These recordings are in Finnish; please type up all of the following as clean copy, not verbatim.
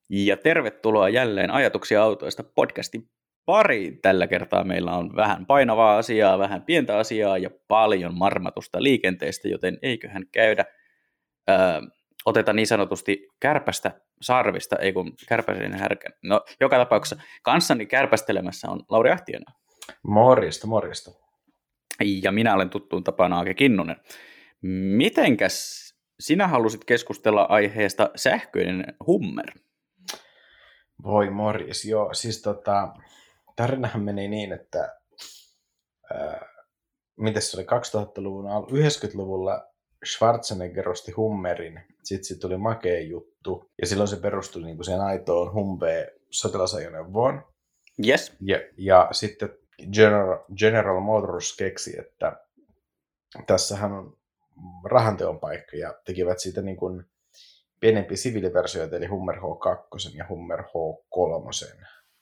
Ja tervetuloa jälleen Ajatuksia autoista podcastin pariin. Tällä kertaa meillä on vähän painavaa asiaa, vähän pientä asiaa ja paljon marmatusta liikenteestä, joten eiköhän käydä. Otetaan niin sanotusti kärpästä sarvista, ei kun kärpäsen härkä. No, joka tapauksessa kanssani kärpästelemässä on Lauri Ahtiainen. Morjesta. Ja minä olen tuttuun tapaan Aake Kinnunen. Mitenkäs sinä halusit keskustella aiheesta sähköinen Hummer? Voi morjes, joo. Siis tarinahan meni niin, että mites se oli 2000-luvun 90-luvulla Schwarzenegger osti Hummerin, sitten tuli makea juttu, ja silloin se perustui niinku siihen aitoon Humvee-sotilasajoneuvoon. Yes. Ja sitten General Motors keksi, että tässähän on rahanteon paikka, ja tekivät siitä niin kuin pienempiä siviiliversioita, eli Hummer H2 ja Hummer H3.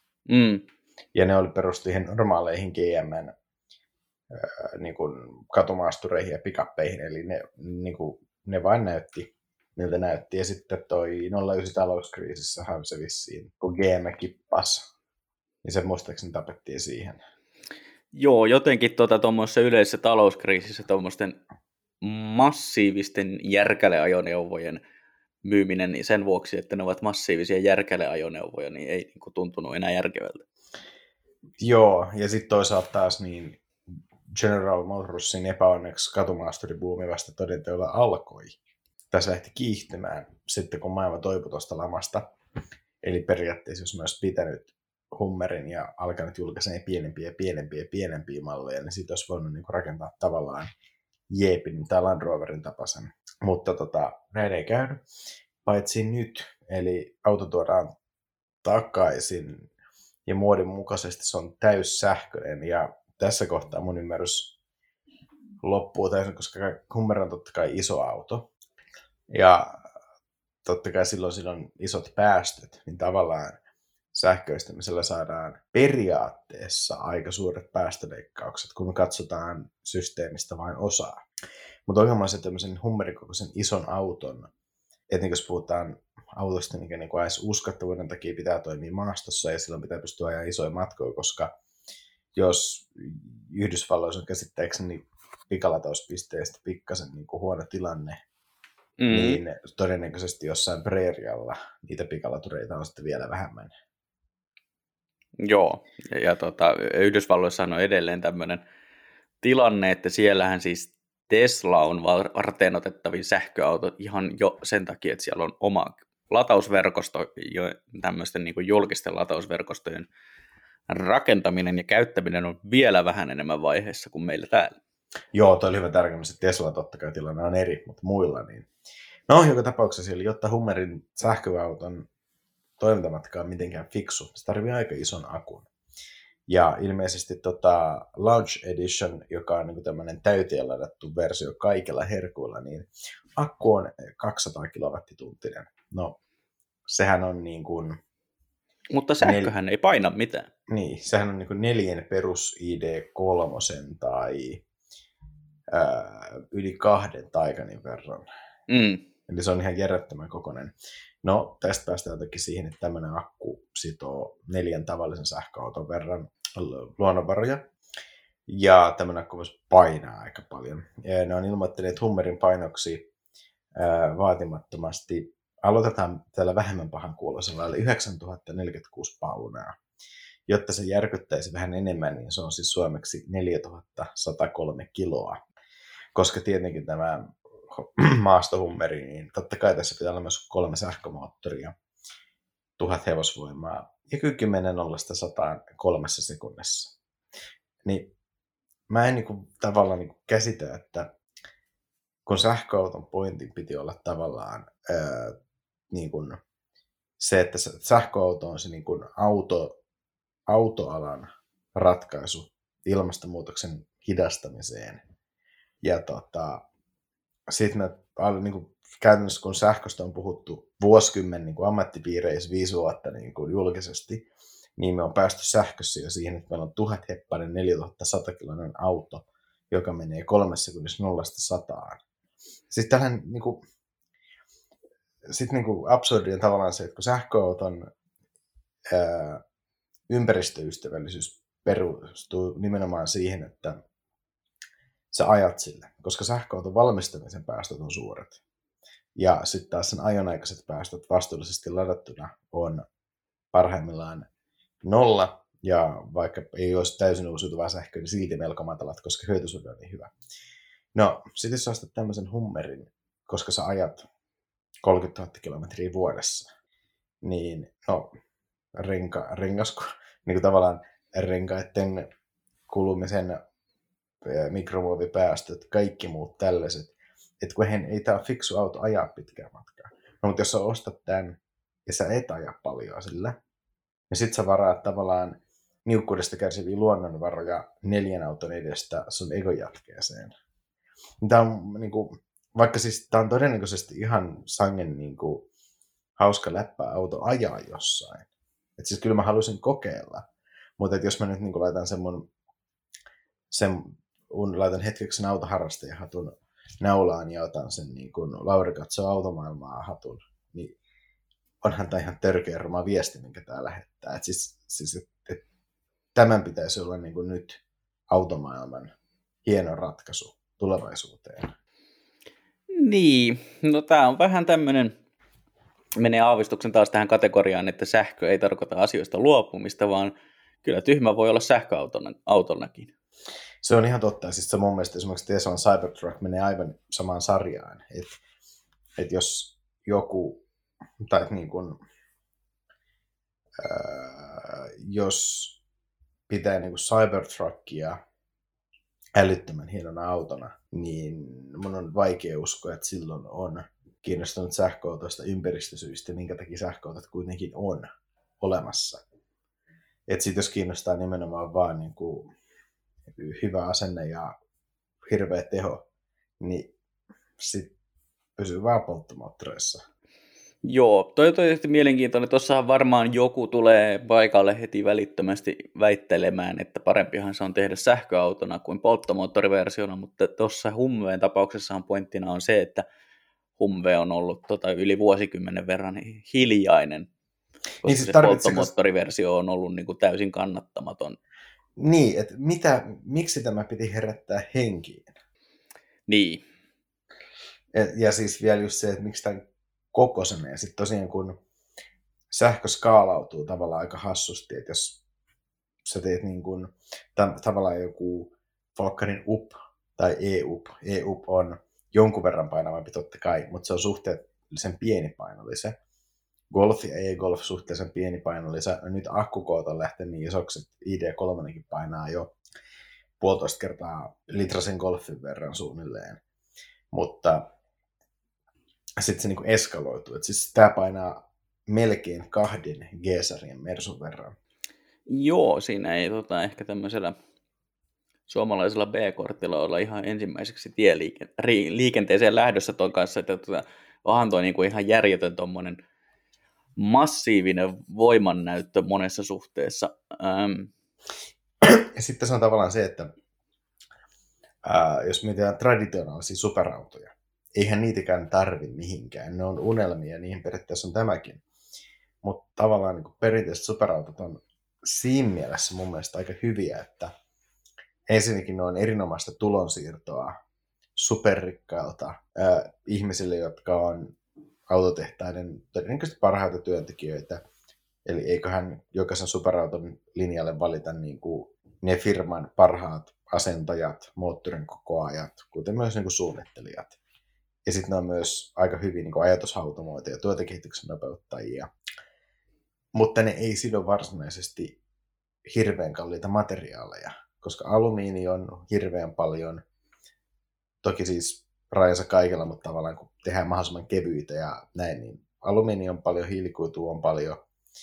Ja ne oli perustu ihan normaaleihin GM:n niin kuin katumaastureihin ja pikappeihin, eli ne vain näytti, miltä näytti. Ja sitten toi 09 talouskriisissähän se vissiin, kun GM kippasi, niin se muistaakseni tapettiin siihen. Joo, jotenkin tuommoisessa yleisessä talouskriisissä tuommoisten massiivisten järkäleajoneuvojen myyminen, niin sen vuoksi, että ne ovat massiivisia järkäleajoneuvoja, niin ei niin kuin tuntunut enää järkevältä. Joo, ja sitten toisaalta taas niin General Motorsin epäonneksi katumaasturibuumi vasta todenteolla alkoi. Tässä lähti kiihtymään sitten, kun maailma toipui tuosta lamasta. Eli periaatteessa, jos mä olisi pitänyt Hummerin ja alkanut julkaisemaan pienempiä malleja, niin siitä olisi voinut niinku rakentaa tavallaan Jeepin tai Land Roverin tapaisen. Mutta näin ei käynyt. Paitsi nyt, eli auto tuodaan takaisin ja muodin mukaisesti se on täyssähköinen. Ja tässä kohtaa mun ymmärrys loppuu täysin, koska Hummer on totta kai iso auto. Ja totta kai silloin on isot päästöt, niin tavallaan sähköistämisellä saadaan periaatteessa aika suuret päästöleikkaukset, kun me katsotaan systeemistä vain osaa. Mutta ongelma on se, että tämmöisen Hummerin kokoisen ison auton, etenkin jos puhutaan autosta, mikä niin edes uskottavuuden takia pitää toimia maastossa ja silloin pitää pystyä ajaa isoja matkoja, koska jos Yhdysvalloissa on käsittääkseni pikalatauspisteistä pikkasen niin kuin huono tilanne, niin todennäköisesti jossain preerialla niitä pikalatureita on sitten vielä vähemmän. Joo, ja Yhdysvalloissa on edelleen tämmöinen tilanne, että siellähän siis Tesla on varteenotettavin sähköauto ihan jo sen takia, että siellä on oma latausverkosto, jo tämmöisten niin kuin julkisten latausverkostojen rakentaminen ja käyttäminen on vielä vähän enemmän vaiheessa kuin meillä täällä. Joo, toi oli hyvä tarkemmin, että Tesla totta kai tilanne on eri, mutta muilla niin. No, joka tapauksessa siellä, jotta Hummerin sähköauton toimintamatka on mitenkään fiksu, se tarvii aika ison akun. Ja ilmeisesti Launch Edition, joka on niin tämmöinen täyteen ladattu versio kaikilla herkuilla, niin akku on 200 kilowattituntia. No, sehän on niin kuin... Mutta sähköhän ei paina mitään. Niin, sehän on niin kuin 4 perus ID3 tai yli 2 Taycanin verran. Eli se on ihan järjettömän kokoinen. No, tästä päästään jotenkin siihen, että tämmöinen akku sitoo 4 tavallisen sähköauton verran luonnonvaroja. Ja tämmöinen akku voisi painaa aika paljon. Ja ne on ilmoittaneet Hummerin painoksi vaatimattomasti. Aloitetaan tällä vähemmän pahan kuuloisella, eli 9046 paunaa. Jotta se järkyttäisi vähän enemmän, niin se on siis suomeksi 4103 kiloa. Koska tietenkin tämä maastohummeri, niin totta kai tässä pitää olla myös 3 sähkömoottoria, 1000 hevosvoimaa ja kyky mennä 0-100 3 sekunnissa. Niin mä en tavallaan käsitä, että kun sähköauton pointin piti olla tavallaan se, että sähköauto on se autoalan ratkaisu ilmastonmuutoksen hidastamiseen. Ja sitten me käytännössä, kun sähköstä on puhuttu vuosikymmen ammattipiireissä 5 vuotta julkisesti, niin me on päästy sähkössä jo siihen, että meillä on 1000 heppainen 4100 kiloinen auto, joka menee 3 sekunnissa 0-100. Siis tähän sitten niinku absurdi on tavallaan se, että kun sähköauton ympäristöystävällisyys perustuu nimenomaan siihen, että sä ajat sille, koska sähköauton valmistamisen päästöt on suuret. Ja sitten taas sen ajonaikaiset päästöt vastuullisesti ladattuna on parhaimmillaan 0, ja vaikka ei olisi täysin uusiutuvaa sähköä, niin silti melko matalat, koska hyötysuhde on niin hyvä. No, sitten jos sä ostat tämmöisen Hummerin, koska sä ajat 30 000 kilometriä vuodessa, niin no, rengasku, niin kuin tavallaan renkaiden kulumisen mikromuovipäästöt, kaikki muut tällaiset, että kun ei tämä ole fiksu auto ajaa pitkää matkaa. No, mutta jos sä ostat tämän ja sä et aja paljon sillä, niin sit sä varaat tavallaan niukkuudesta kärsiviä luonnonvaroja 4 auton edestä sun egon jatkeeseen. Tämä on, niin kuin, vaikka siis tämä on todennäköisesti ihan sangen niin kuin, hauska läppäauto ajaa jossain. Et siis kyllä mä halusin kokeilla, mutta jos mä nyt niin kuin, laitan hetkeksi sen autoharrastajahatun naulaan ja otan sen niin kuin Lauri katsoo automaailmaa hatun, niin onhan tämä ihan törkeä ruma viesti, minkä tämä lähettää. Et tämän pitäisi olla niin kuin nyt automaailman hieno ratkaisu tulevaisuuteen. Niin, no tämä on vähän tämmöinen, menee aavistuksen taas tähän kategoriaan, että sähkö ei tarkoita asioista luopumista, vaan kyllä tyhmä voi olla sähköautonakin. Se on ihan totta. Siis se mun mielestä esimerkiksi Teslan Cybertruck menee aivan samaan sarjaan. Että jos joku, tai niin kuin, jos pitää niin kuin Cybertruckia älyttömän hienona autona, niin mun on vaikea uskoa, että silloin on kiinnostunut sähköautoista ympäristösyistä, minkä takia sähköautot kuitenkin on olemassa. Että sit jos kiinnostaa nimenomaan vaan niin kuin hyvä asenne ja hirveä teho, niin sit pysyy vaan polttomoottoreissa. Joo, toi on tietysti mielenkiintoinen. Tuossahan varmaan joku tulee paikalle heti välittömästi väittelemään, että parempihan se on tehdä sähköautona kuin polttomoottoriversiona, mutta tuossa Humveen tapauksessahan pointtina on se, että Humve on ollut yli vuosikymmenen verran hiljainen, koska niin siis se polttomoottoriversio on ollut niin kuin täysin kannattamaton. Niin, että miksi tämä piti herättää henkiin? Niin. Ja siis vielä just se, että miksi tämän kokoisena. Ja sitten tosiaan kun sähkö skaalautuu tavallaan aika hassusti, että jos sä teet niin kuin tavallaan joku Volkkarin UP tai E-UP on jonkun verran painavampi totta kai, mutta se on suhteellisen pienipainollinen. Golf ja E-Golf suhteellisen pienipainollinen. Nyt akkukoot on lähtenyt niin isoksi, että ID3 painaa jo 1,5 kertaa litrasen Golfin verran suunnilleen. Mutta sitten se niin kuin eskaloituu. Et siis tämä painaa melkein 2 G-sarjan Mersun verran. Joo, siinä ei ehkä tämmöisellä suomalaisella B-kortilla olla ihan ensimmäiseksi liikenteeseen lähdössä ton kanssa, että onhan toi niinku ihan järjetön tommonen massiivinen voimannäyttö monessa suhteessa. Ja sitten se on tavallaan se, että jos mietitään traditionaalisia superautoja, eihän niitäkään tarvi mihinkään. Ne on unelmia, niihin periaatteessa on tämäkin. Mutta tavallaan niin perinteiset superautot on siinä mielessä mun mielestä aika hyviä, että ensinnäkin ne on erinomaista tulonsiirtoa superrikkailta ihmisille, jotka on autotehtaiden todennäköisesti parhaita työntekijöitä. Eli eiköhän jokaisen superauton linjalle valita niin kuin ne firman parhaat asentajat, moottorin kokoajat, kuten myös niin kuin suunnittelijat. Ja sitten ne on myös aika hyvin niin kuin ajatushautomoita ja tuotekehityksen nopeuttajia. Mutta ne ei sido varsinaisesti hirveän kalliita materiaaleja, koska alumiini on hirveän paljon, toki siis rajansa kaikella, mutta tavallaan kun tehdään mahdollisimman kevyitä ja näin, niin alumiini on paljon, hiilikuitua on paljon,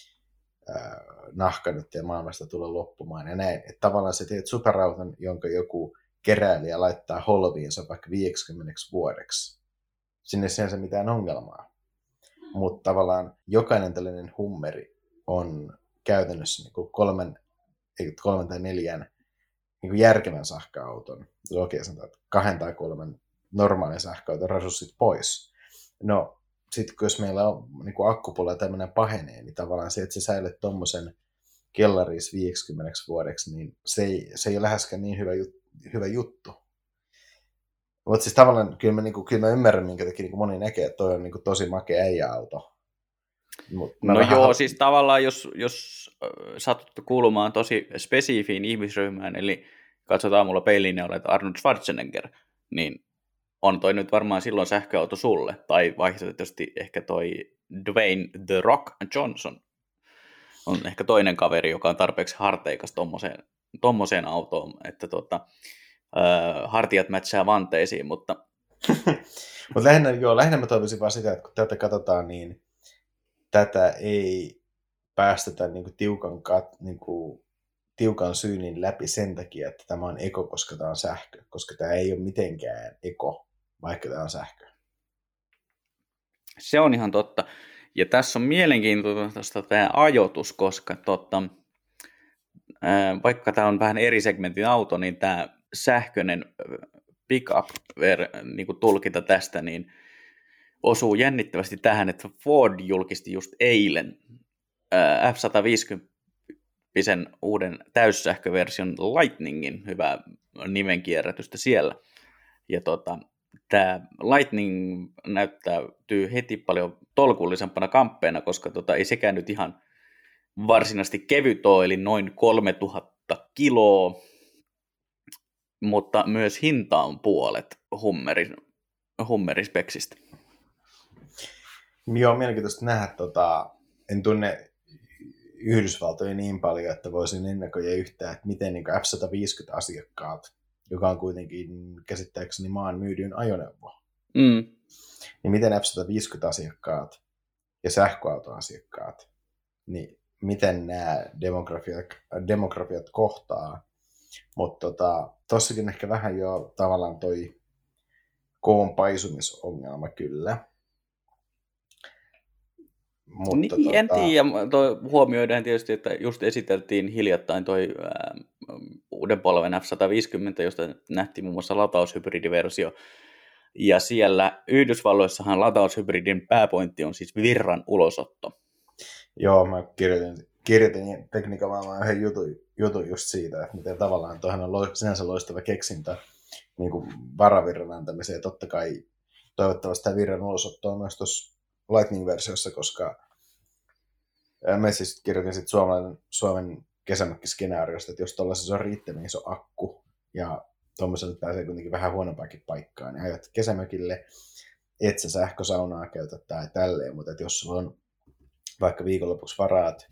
nahka nyt ja maailmasta tulee loppumaan ja näin. Että tavallaan sä teet superauton, jonka joku keräilijä laittaa holviinsa vaikka 50 vuodeksi. Sinne ei ole mitään ongelmaa. Mutta tavallaan jokainen tällainen Hummeri on käytännössä niin kuin 3 tai 4 niin kuin järkevän sähköauton. Okei, sanotaan, että 2 tai 3 normaalin sähköauton resurssit pois. No, sitten jos meillä on niin kuin akkupuolella tämmöinen pahenee, niin tavallaan se, että sä säilyt tommosen kellarissa 50 vuodeksi, niin se ei ole läheskään niin hyvä juttu. Mutta siis tavallaan kyllä mä ymmärrän, minkä takia niin moni näkee, että toi on niin tosi makea äijäauto. No joo, siis tavallaan jos satuttu kuulumaan tosi spesifiin ihmisryhmään, eli katsotaan mulla peiliin ja olet Arnold Schwarzenegger, niin on toi nyt varmaan silloin sähköauto sulle, tai vaihtoehtoisesti ehkä toi Dwayne The Rock Johnson on ehkä toinen kaveri, joka on tarpeeksi harteikas tommoseen autoon, että hartiat mätsää vanteisiin, mutta... Mutta lähinnä mä toivoisin vaan sitä, että kun tätä katsotaan, niin tätä ei päästetä tiukan syynin läpi sen takia, että tämä on eko, koska tämä on sähkö. Koska tämä ei ole mitenkään eko, vaikka tämä on sähkö. Se on ihan totta. Ja tässä on mielenkiintoista tämä ajoitus, koska vaikka tämä on vähän eri segmentin auto, niin tämä sähköinen pickup niin kuin tulkinta tästä, niin osuu jännittävästi tähän, että Ford julkisti just eilen F-150 uuden täyssähköversion Lightningin hyvää nimenkierrätystä siellä. Ja tämä Lightning näyttäytyy heti paljon tolkullisempana kamppeena, koska ei sekään nyt ihan varsinaisesti kevyt ole, eli noin 3000 kiloa, mutta myös hinta on puolet Hummerispeksistä. Joo, mielenkiintoista nähdä. En tunne Yhdysvaltoja niin paljon, että voisin ennakoida yhtään, että miten niin F-150-asiakkaat, joka on kuitenkin käsittääkseni maan myydyin ajoneuvo, niin miten F-150-asiakkaat ja sähköautoasiakkaat, niin miten nämä demografiat kohtaa. Mutta tossakin ehkä vähän jo tavallaan toi koon paisumisongelma kyllä. Mutta niin, en tiedä. Huomioidaan tietysti, että just esiteltiin hiljattain toi uuden polven F-150, josta nähtiin muun muassa lataushybridiversio. Ja siellä Yhdysvalloissahan lataushybridin pääpointti on siis virran ulosotto. Joo, mä kirjoitin tekniikan maailmaan yhden jutun just siitä, että miten tavallaan tuohan on sinänsä loistava keksintä niin kuin varavirran antamiseen. Totta kai toivottavasti tämä virran ulosotto on myös tuossa Lightning-versiossa, koska mä siis kirjoitin sitten Suomen kesämökkiskenaariosta, että jos tuollaisessa on riittävän iso akku ja tuommoisen nyt pääsee kuitenkin vähän huonompaakin paikkaan, niin ajat kesämökille, et sä sähkösaunaa käytä tai tälleen, mutta jos sulla on vaikka viikonlopuksi varaat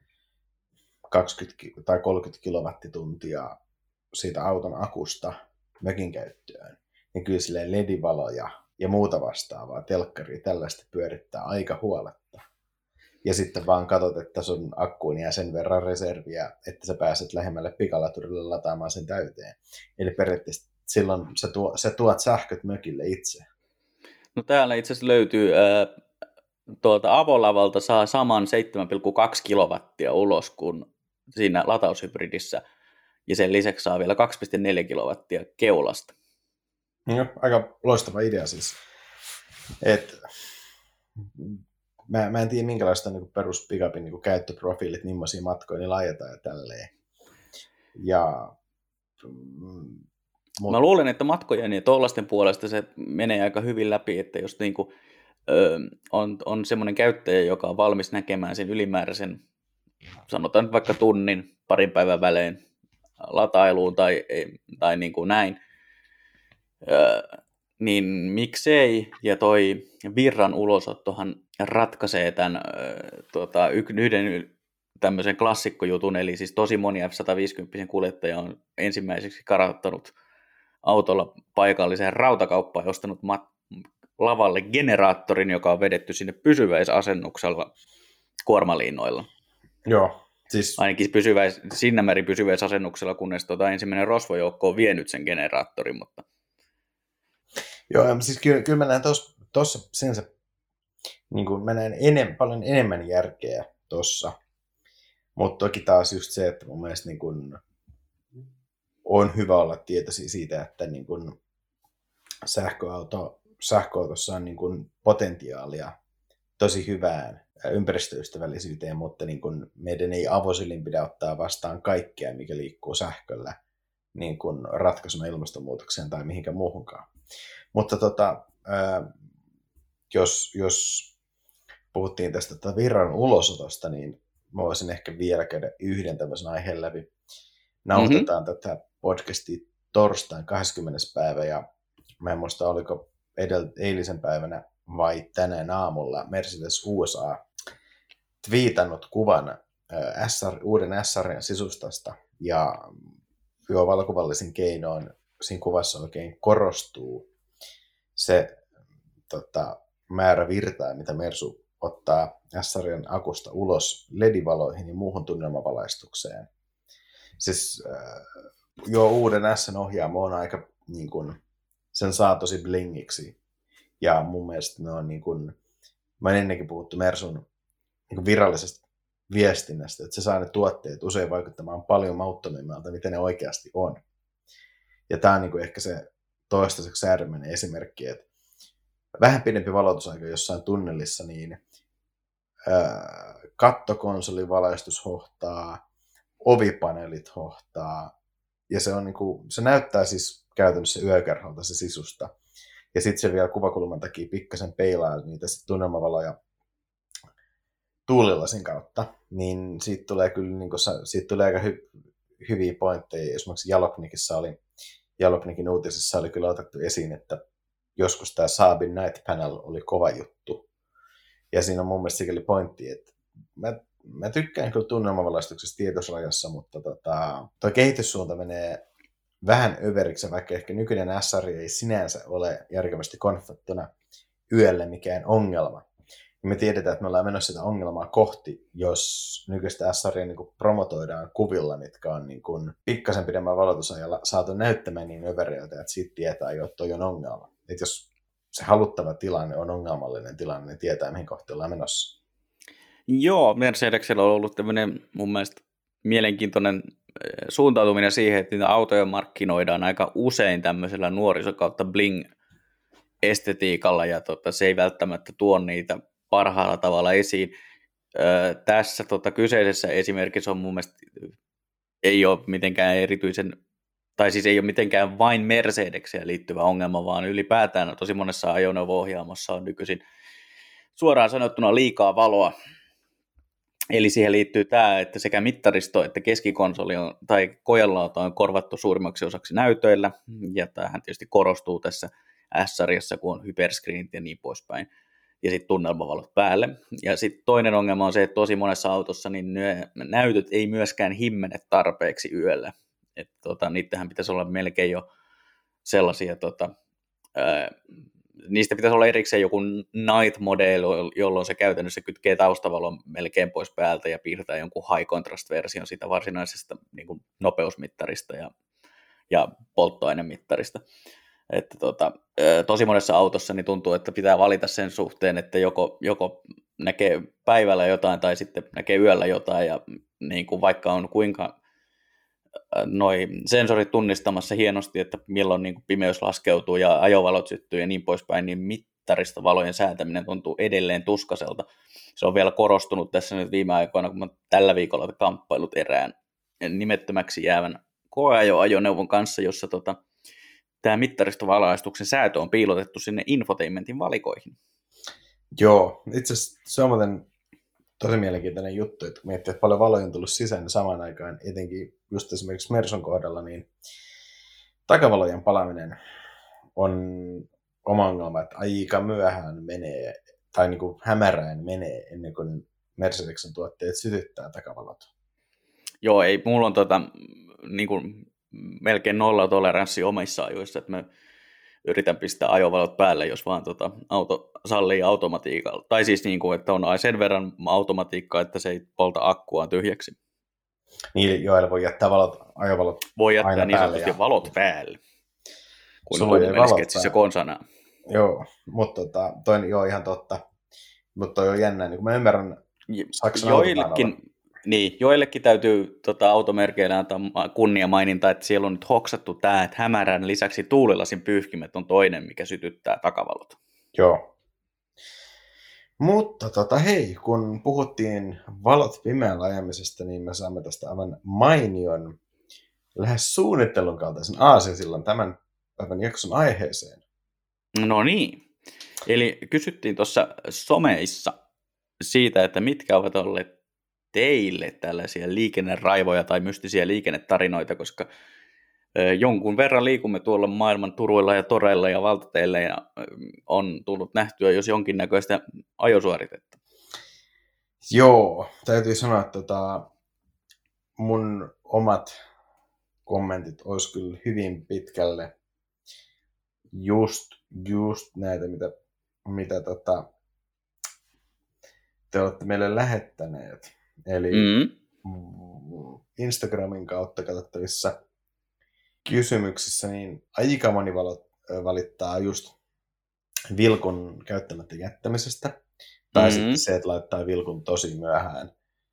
20 tai 30 kilowattituntia siitä auton akusta mökin käyttöön, niin kyllä silleen LED-valoja ja muuta vastaavaa, telkkaria, tällaista pyörittää aika huoletta. Ja sitten vaan katsot, että sun akkuun jää sen verran reserviä, että sä pääset lähemmälle pikalaturille lataamaan sen täyteen. Eli periaatteessa silloin sä tuot sähköt mökille itse. No täällä itse asiassa löytyy, avolavalta saa saman 7,2 kilowattia ulos kuin siinä lataushybridissä. Ja sen lisäksi saa vielä 2,4 kilowattia keulasta. Joo, aika loistava idea siis. Mä en tiedä, minkälaista niin perus pickupin niin käyttöprofiilit, millaisia matkoja niillä ajetaan ja tälleen. Mä luulen, että matkojen ja tuollaisten puolesta se menee aika hyvin läpi, että jos niin kuin, on semmoinen käyttäjä, joka on valmis näkemään sen ylimääräisen, sanotaan nyt vaikka tunnin, parin päivän välein latailuun tai niin kuin näin, niin miksei, ja toi virran ulosottohan ratkaisee tämän yhden tämmöisen klassikkojutun, eli siis tosi moni F-150 kuljettaja on ensimmäiseksi karattanut autolla paikalliseen rautakauppaan ja ostanut lavalle generaattorin, joka on vedetty sinne pysyväisasennuksella kuormaliinoilla. Joo. Siis... Ainakin Sinnämärin pysyväisasennuksella, kunnes ensimmäinen rosvojoukko on vienyt sen generaattorin, mutta... Joo, siis kyllä mä näen tuossa sinänsä, niin kuin mä näen paljon enemmän järkeä tuossa, mutta toki taas just se, että mun mielestä niin kuin on hyvä olla tietoisia siitä, että niin kuin sähköautossa on niin kuin potentiaalia tosi hyvään ympäristöystävällisyyteen, mutta niin kuin meidän ei avosilin pidä ottaa vastaan kaikkea, mikä liikkuu sähköllä niin kuin ratkaisuna ilmastonmuutokseen tai mihinkään muuhunkaan. Mutta jos puhuttiin tästä Virran ulosotosta, niin mä voisin ehkä vielä käydä yhden tämmöisen aiheen läpi. Nauhoitetaan tätä podcastia torstain 20. päivä, ja mä en muista, oliko eilisen päivänä vai tänään aamulla Mercedes USA twiitannut kuvan uuden S-sarjan sisustasta, ja valokuvallisin keinoin siinä kuvassa oikein korostuu se määrä virtaa, mitä Mersu ottaa S-sarjan akusta ulos LED-valoihin ja muuhun tunnelmavalaistukseen. Siis uuden S:n ohjaamo on aika, niin kun, sen saa tosi blingiksi. Ja mun mielestä ne on, niin kun, mä en ennenkin puhuttu Mersun niin virallisesta viestinnästä, että se saa ne tuotteet usein vaikuttamaan paljon mauttomimmalta, mitä ne oikeasti on. Ja tää on niin kun ehkä se toistaiseksi äärimmäinen esimerkki, että vähän pidempi valotusaika jossain tunnelissa, niin kattokonsolin valaistus hohtaa, ovipaneelit hohtaa, ja se, on niinku, se näyttää siis käytännössä yökerholta se sisusta. Ja sitten se vielä kuvakulman takia pikkasen peilaa niitä tunnelmavaloja tuulilasin kautta, niin siitä tulee kyllä niinku, siitä tulee aika hyviä pointteja. Esimerkiksi Jalopnikin uutisissa oli kyllä otettu esiin, että joskus tämä Saabin Night Panel oli kova juttu. Ja siinä on mun mielestä sikäli pointti, että mä tykkään kyllä tunnelmavalaistuksessa tietyssä rajassa, mutta toi kehityssuunta menee vähän överiksi, vaikka ehkä nykyinen S-sarja ei sinänsä ole järkevästi konfettuna yölle mikään ongelma. Ja me tiedetään, että me ollaan menossa sitä ongelmaa kohti, jos nykyistä S-sarjaa niin promotoidaan kuvilla, mitkä on niin kuin pikkasen pidemmän valotusajalla saatu näyttämään niin överiltä, että siitä tietää jo, että toi on ongelma. Että jos se haluttava tilanne on ongelmallinen tilanne, niin tietää, mihin kohti ollaan menossa. Joo, Mercedesellä on ollut tämmöinen mun mielestä mielenkiintoinen suuntautuminen siihen, että niitä autoja markkinoidaan aika usein tämmöisellä nuorisokautta bling-estetiikalla, ja se ei välttämättä tuo niitä parhaalla tavalla esiin. Tässä kyseisessä esimerkissä on mun mielestä ei ole mitenkään erityisen, tai siis ei ole mitenkään vain Mercedekseen liittyvä ongelma, vaan ylipäätään tosi monessa ajoneuvo-ohjaamossa on nykyisin suoraan sanottuna liikaa valoa. Eli siihen liittyy tämä, että sekä mittaristo että keskikonsoli tai kojelauta on korvattu suurimmaksi osaksi näytöillä, ja tämähän tietysti korostuu tässä S-sarjassa, kun on hyperscreenit ja niin poispäin, ja sitten tunnelmavalot päälle. Ja sitten toinen ongelma on se, että tosi monessa autossa niin näytöt ei myöskään himmene tarpeeksi yöllä. Että niitähän pitäisi olla melkein jo sellaisia, niistä pitäisi olla erikseen joku night model, jolloin se käytännössä kytkee taustavalon melkein pois päältä ja piirtää jonkun high contrast version siitä varsinaisesta niin kuin nopeusmittarista ja polttoainemittarista. Että tosi monessa autossa niin tuntuu, että pitää valita sen suhteen, että joko näkee päivällä jotain tai sitten näkee yöllä jotain, ja niin kuin vaikka on kuinka noi sensorit tunnistamassa hienosti, että milloin niin kuin pimeys laskeutuu ja ajovalot syttyy ja niin poispäin, niin mittarista valojen säätäminen tuntuu edelleen tuskaselta. Se on vielä korostunut tässä nyt viime aikoina, kun mä tällä viikolla kamppailut erään nimettömäksi jäävän koeajoneuvon kanssa, jossa tämä mittaristovalaistuksen säätö on piilotettu sinne infotainmentin valikoihin. Joo, itse asiassa se on muuten tosi mielenkiintoinen juttu, että kun miettii, että paljon valoja on tullut sisään, niin samaan aikaan etenkin just esimerkiksi Mersun kohdalla, niin takavalojen palaminen on oma ongelma, että aika myöhään menee, tai niin kuin hämärään menee ennen kuin Mercedesen tuotteet sytyttää takavalot. Joo, ei, mulla on niin kuin melkein nollatoleranssi omissa ajoissa, että mä yritän pistää ajovalot päälle, jos vaan auto sallii automatiikalla. Tai siis niin kuin, että on sen verran automatiikkaa, että se ei polta akkuaan tyhjäksi. Niin, joilla voi jättää ajovalot voi jättää aina niin sanotusti päälle valot päälle. Kun Sulla konsanaa. Joo, mutta toi on ihan totta. Mutta toi on jännä, niin kun mä ymmärrän Saksan joillekin täytyy automerkeillä antaa kunnia maininta, että siellä on nyt hoksattu tämä, että hämärän lisäksi tuulilasin pyyhkimet on toinen, mikä sytyttää takavalot. Joo. Mutta hei, kun puhuttiin valot pimeällä ajamisesta, niin me saamme tästä aivan mainion, lähes suunnittelun kaltaisen aasinsillan tämän päivän jakson aiheeseen. No niin. Eli kysyttiin tuossa someissa siitä, että mitkä ovat olleet teille tällaisia liikenneraivoja tai mystisiä liikennetarinoita, koska jonkun verran liikumme tuolla maailman turuilla ja toreilla ja valtateillä ja on tullut nähtyä jos jonkinnäköistä ajosuoritetta. Joo, täytyy sanoa, että mun omat kommentit olisi kyllä hyvin pitkälle just näitä, mitä te olette meille lähettäneet. Eli Instagramin kautta katsottavissa kysymyksissä, niin aika moni valittaa just vilkun käyttämättä jättämisestä. Tai sitten se, että laittaa vilkun tosi myöhään.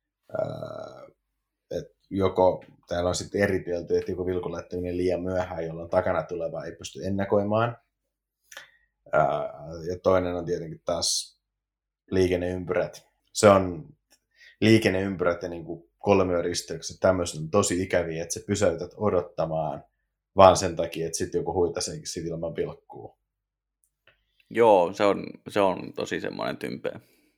Joko täällä on sitten eritelty, että joku vilkun laittaminen liian myöhään, jolloin takana tuleva ei pysty ennakoimaan. Ja toinen on tietenkin taas liikenneympyrät. Se on liikenneympyrät ja niin kuin kolmioristeykset, tämmöiset on tosi ikäviä, että sä pysäytät odottamaan vaan sen takia, että sitten joku huitasenkin sit ilman vilkkuu. Joo, se on tosi semmoinen tympeä.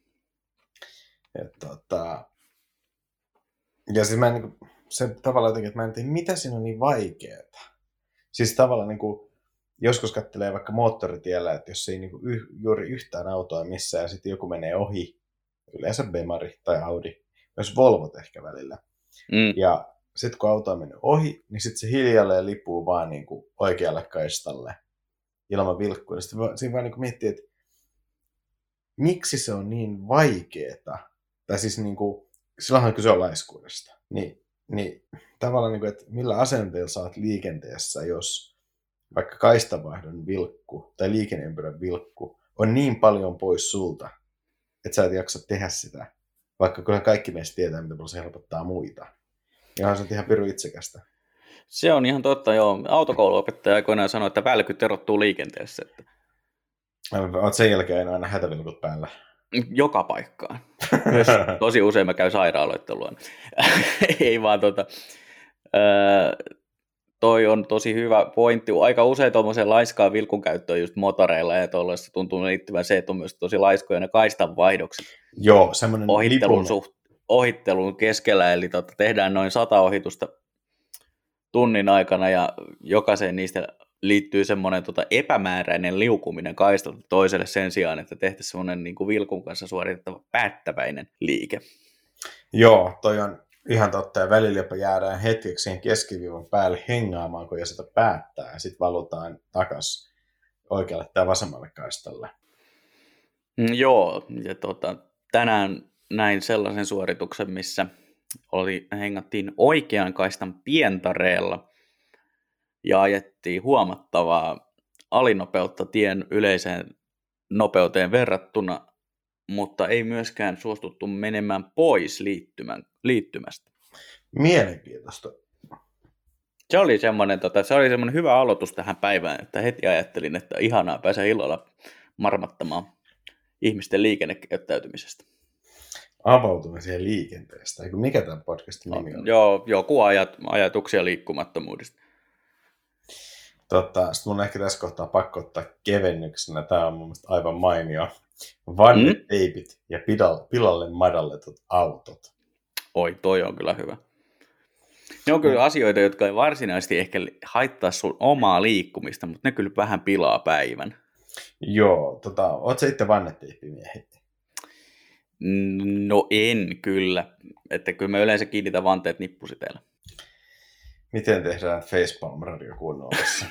Ja siis mä se tavallaan jotenkin, että mä en tiedä, mitä siinä on niin vaikeeta. Siis tavallaan niin kuin, joskus katselee vaikka moottoritiellä, että jos ei niin kuin juuri yhtään autoa missään ja sitten joku menee ohi, yleensä Bemari tai Audi, myös Volvot ehkä välillä. Ja sitten kun auto on mennyt ohi, niin sitten se hiljalleen lipuu vaan niin kuin oikealle kaistalle ilman vilkkua. Siinä vaan niin kuin miettii, että miksi se on niin vaikeeta. Tai siis niin kuin, silloinhan kyse on laiskuudesta. Niin tavallaan, niin kuin, että millä asenteella sä oot liikenteessä, jos vaikka kaistavaihdon vilkku tai liikenneympyrän vilkku on niin paljon pois sulta, että sä et jaksa tehdä sitä. Vaikka kyllä kaikki meistä tietää, miten se helpottaa muita. Ja on se ihan pirun itsekästä. Se on ihan totta, joo. Autokouluopettaja aikoinaan sanoi, että välkyt erottuu liikenteessä. Oot sen jälkeen aina hätävilkut päällä. Joka paikkaan. Myös tosi usein mä käyn sairaaloiden luona. Ei vaan toi on tosi hyvä pointti. Aika usein tuommoiseen laiskaan vilkun käyttöön just motoreilla ja tuollaista tuntuu liittyvän se, että on myös tosi laiskoja ne kaistanvaihdokset. Joo, semmoinen ohittelun keskellä, eli tehdään noin 100 ohitusta tunnin aikana ja jokaiseen niistä liittyy semmoinen epämääräinen liukuminen kaistalta toiselle sen sijaan, että tehtäisiin semmoinen niin kuin vilkun kanssa suoritettava päättäväinen liike. Joo, toi on ihan totta, ja välillä jopa jäädään hetkeksi siihen keskiviivan päälle hengaamaan, kun jo sitä päättää, ja sitten valutaan takaisin oikealle tai vasemmalle kaistalle. Joo, ja tänään näin sellaisen suorituksen, missä hengattiin oikean kaistan pientareella ja ajettiin huomattavaa alinopeutta tien yleiseen nopeuteen verrattuna, mutta ei myöskään suostuttu menemään pois liittymästä. Mielenkiintoista. Se oli semmoinen hyvä aloitus tähän päivään, että heti ajattelin, että ihanaa pääsee illalla marmattamaan ihmisten liikennekäyttäytymisestä. Avautumisen liikenteestä. Eikö mikä tämän podcastin nimi on? Joo, joku ajatuksia liikkumattomuudesta. Sitten mun ehkä tässä kohtaa pakko ottaa kevennyksenä. Tämä on mun mielestä aivan mainio. Vanneteipit ja pilalle madalletut autot. Oi, toi on kyllä hyvä. Ne on kyllä asioita, jotka ei varsinaisesti ehkä haittaa sun omaa liikkumista, mutta ne kyllä vähän pilaa päivän. Joo, oot sä itse vanneteipimiehi? No en kyllä. Että kyllä mä yleensä kiinnitän vanteet nippusiteillä. Miten tehdään facepalm-radio kunnollessa?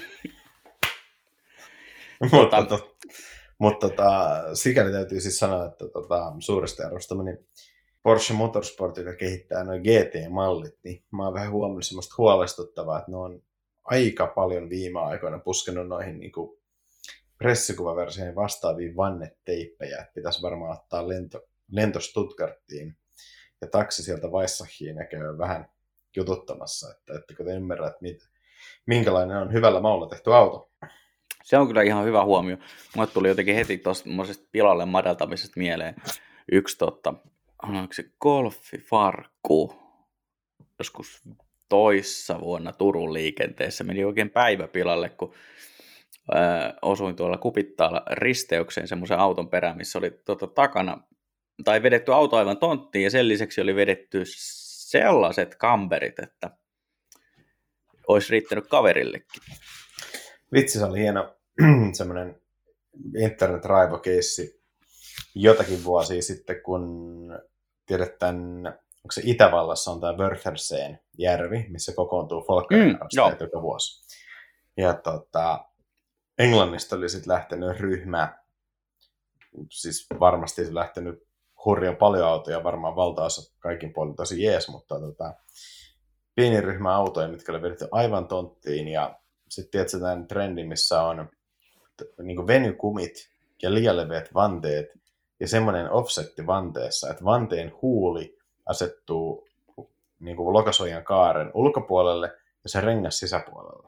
Mutta sikäli täytyy siis sanoa, että suuresti arvostamani Porsche Motorsport, joka kehittää noin GT-mallit, niin mä oon vähän huomannut semmoista huolestuttavaa, että ne on aika paljon viime aikoina puskenut noihin niin kuin pressikuvaversioihin vastaaviin vanneteippejä, että pitäisi varmaan ottaa lento Stuttgarttiin ja taksi sieltä Weissachiin ja käy vähän jututtamassa, että kun te ymmärrät, minkälainen on hyvällä maulla tehty auto. Se on kyllä ihan hyvä huomio. Mulle tuli jotenkin heti tuosta pilalle madaltamisesta mieleen yksi onko se golfifarkku joskus toissa vuonna Turun liikenteessä. Meni oikein päivä pilalle, kun osuin tuolla Kupittaalla risteykseen semmoisen auton perään, missä oli takana, tai vedetty auto aivan tonttiin, ja sen lisäksi oli vedetty sellaiset kamberit, että olisi riittänyt kaverillekin. Vitsi, se oli hieno semmoinen internet-raivokeissi jotakin vuosia sitten, kun tiedetään, onko se Itävallassa on tämä Wörtherseen järvi, missä kokoontuu folkkarinharrastajat joka vuosi. Ja Englannista oli sitten lähtenyt ryhmä, siis varmasti lähtenyt hurjan paljon autoja, varmaan valtaosa kaikin puolin tosi jees, mutta pieni ryhmä autoja, mitkä oli vedetty aivan tonttiin, ja sitten tiedätkö tämän trendin, missä on niin venykumit ja liian leveät vanteet, ja semmoinen offsetti vanteessa, että vanteen huuli asettuu niin lokasuojan kaaren ulkopuolelle, ja se rengas sisäpuolelle.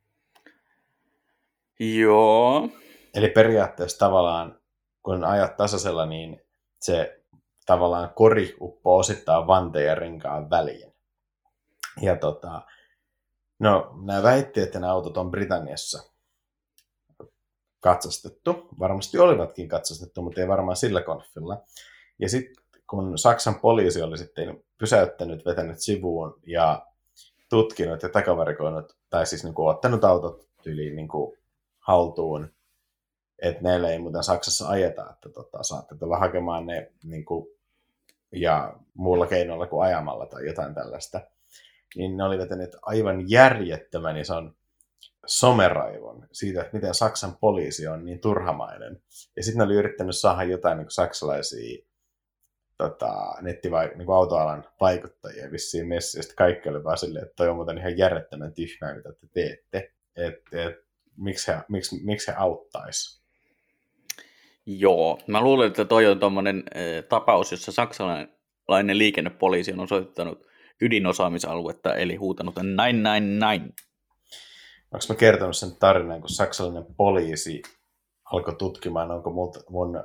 Joo. Eli periaatteessa tavallaan, kun ajat tasaisella, niin se tavallaan kori uppoo osittain vanteen ja renkaan väliin. Ja nämä väitti, että nämä autot on Britanniassa katsastettu. Varmasti olivatkin katsastettu, mutta ei varmaan sillä konfilla. Ja sitten kun Saksan poliisi oli sitten pysäyttänyt, vetänyt sivuun ja tutkinut ja takavarikoinut, tai siis niin kuin ottanut autot yli niin kuin haltuun, että näillä ei muuten Saksassa ajeta, että saatte tulla hakemaan ne niin kuin, ja muulla keinoilla kuin ajamalla tai jotain tällaista, niin ne oli vetäneet aivan järjettömän ison someraivon siitä, että miten Saksan poliisi on niin turhamainen. Ja sitten ne oli yrittänyt saada jotain niin kuin saksalaisia niin autoalan vaikuttajia vissiin messiin, ja sitten kaikki oli vaan silleen, että toi on muuten ihan järjettömän tyhmää, mitä te teette. Miksi he auttaisi? Joo, mä luulen, että toi on tommonen tapaus, jossa saksalainen liikennepoliisi on osoittanut ydinosaamisaluetta, eli huutanut näin. Onko mä kertonut sen tarinan, kun saksalainen poliisi alkoi tutkimaan, onko mun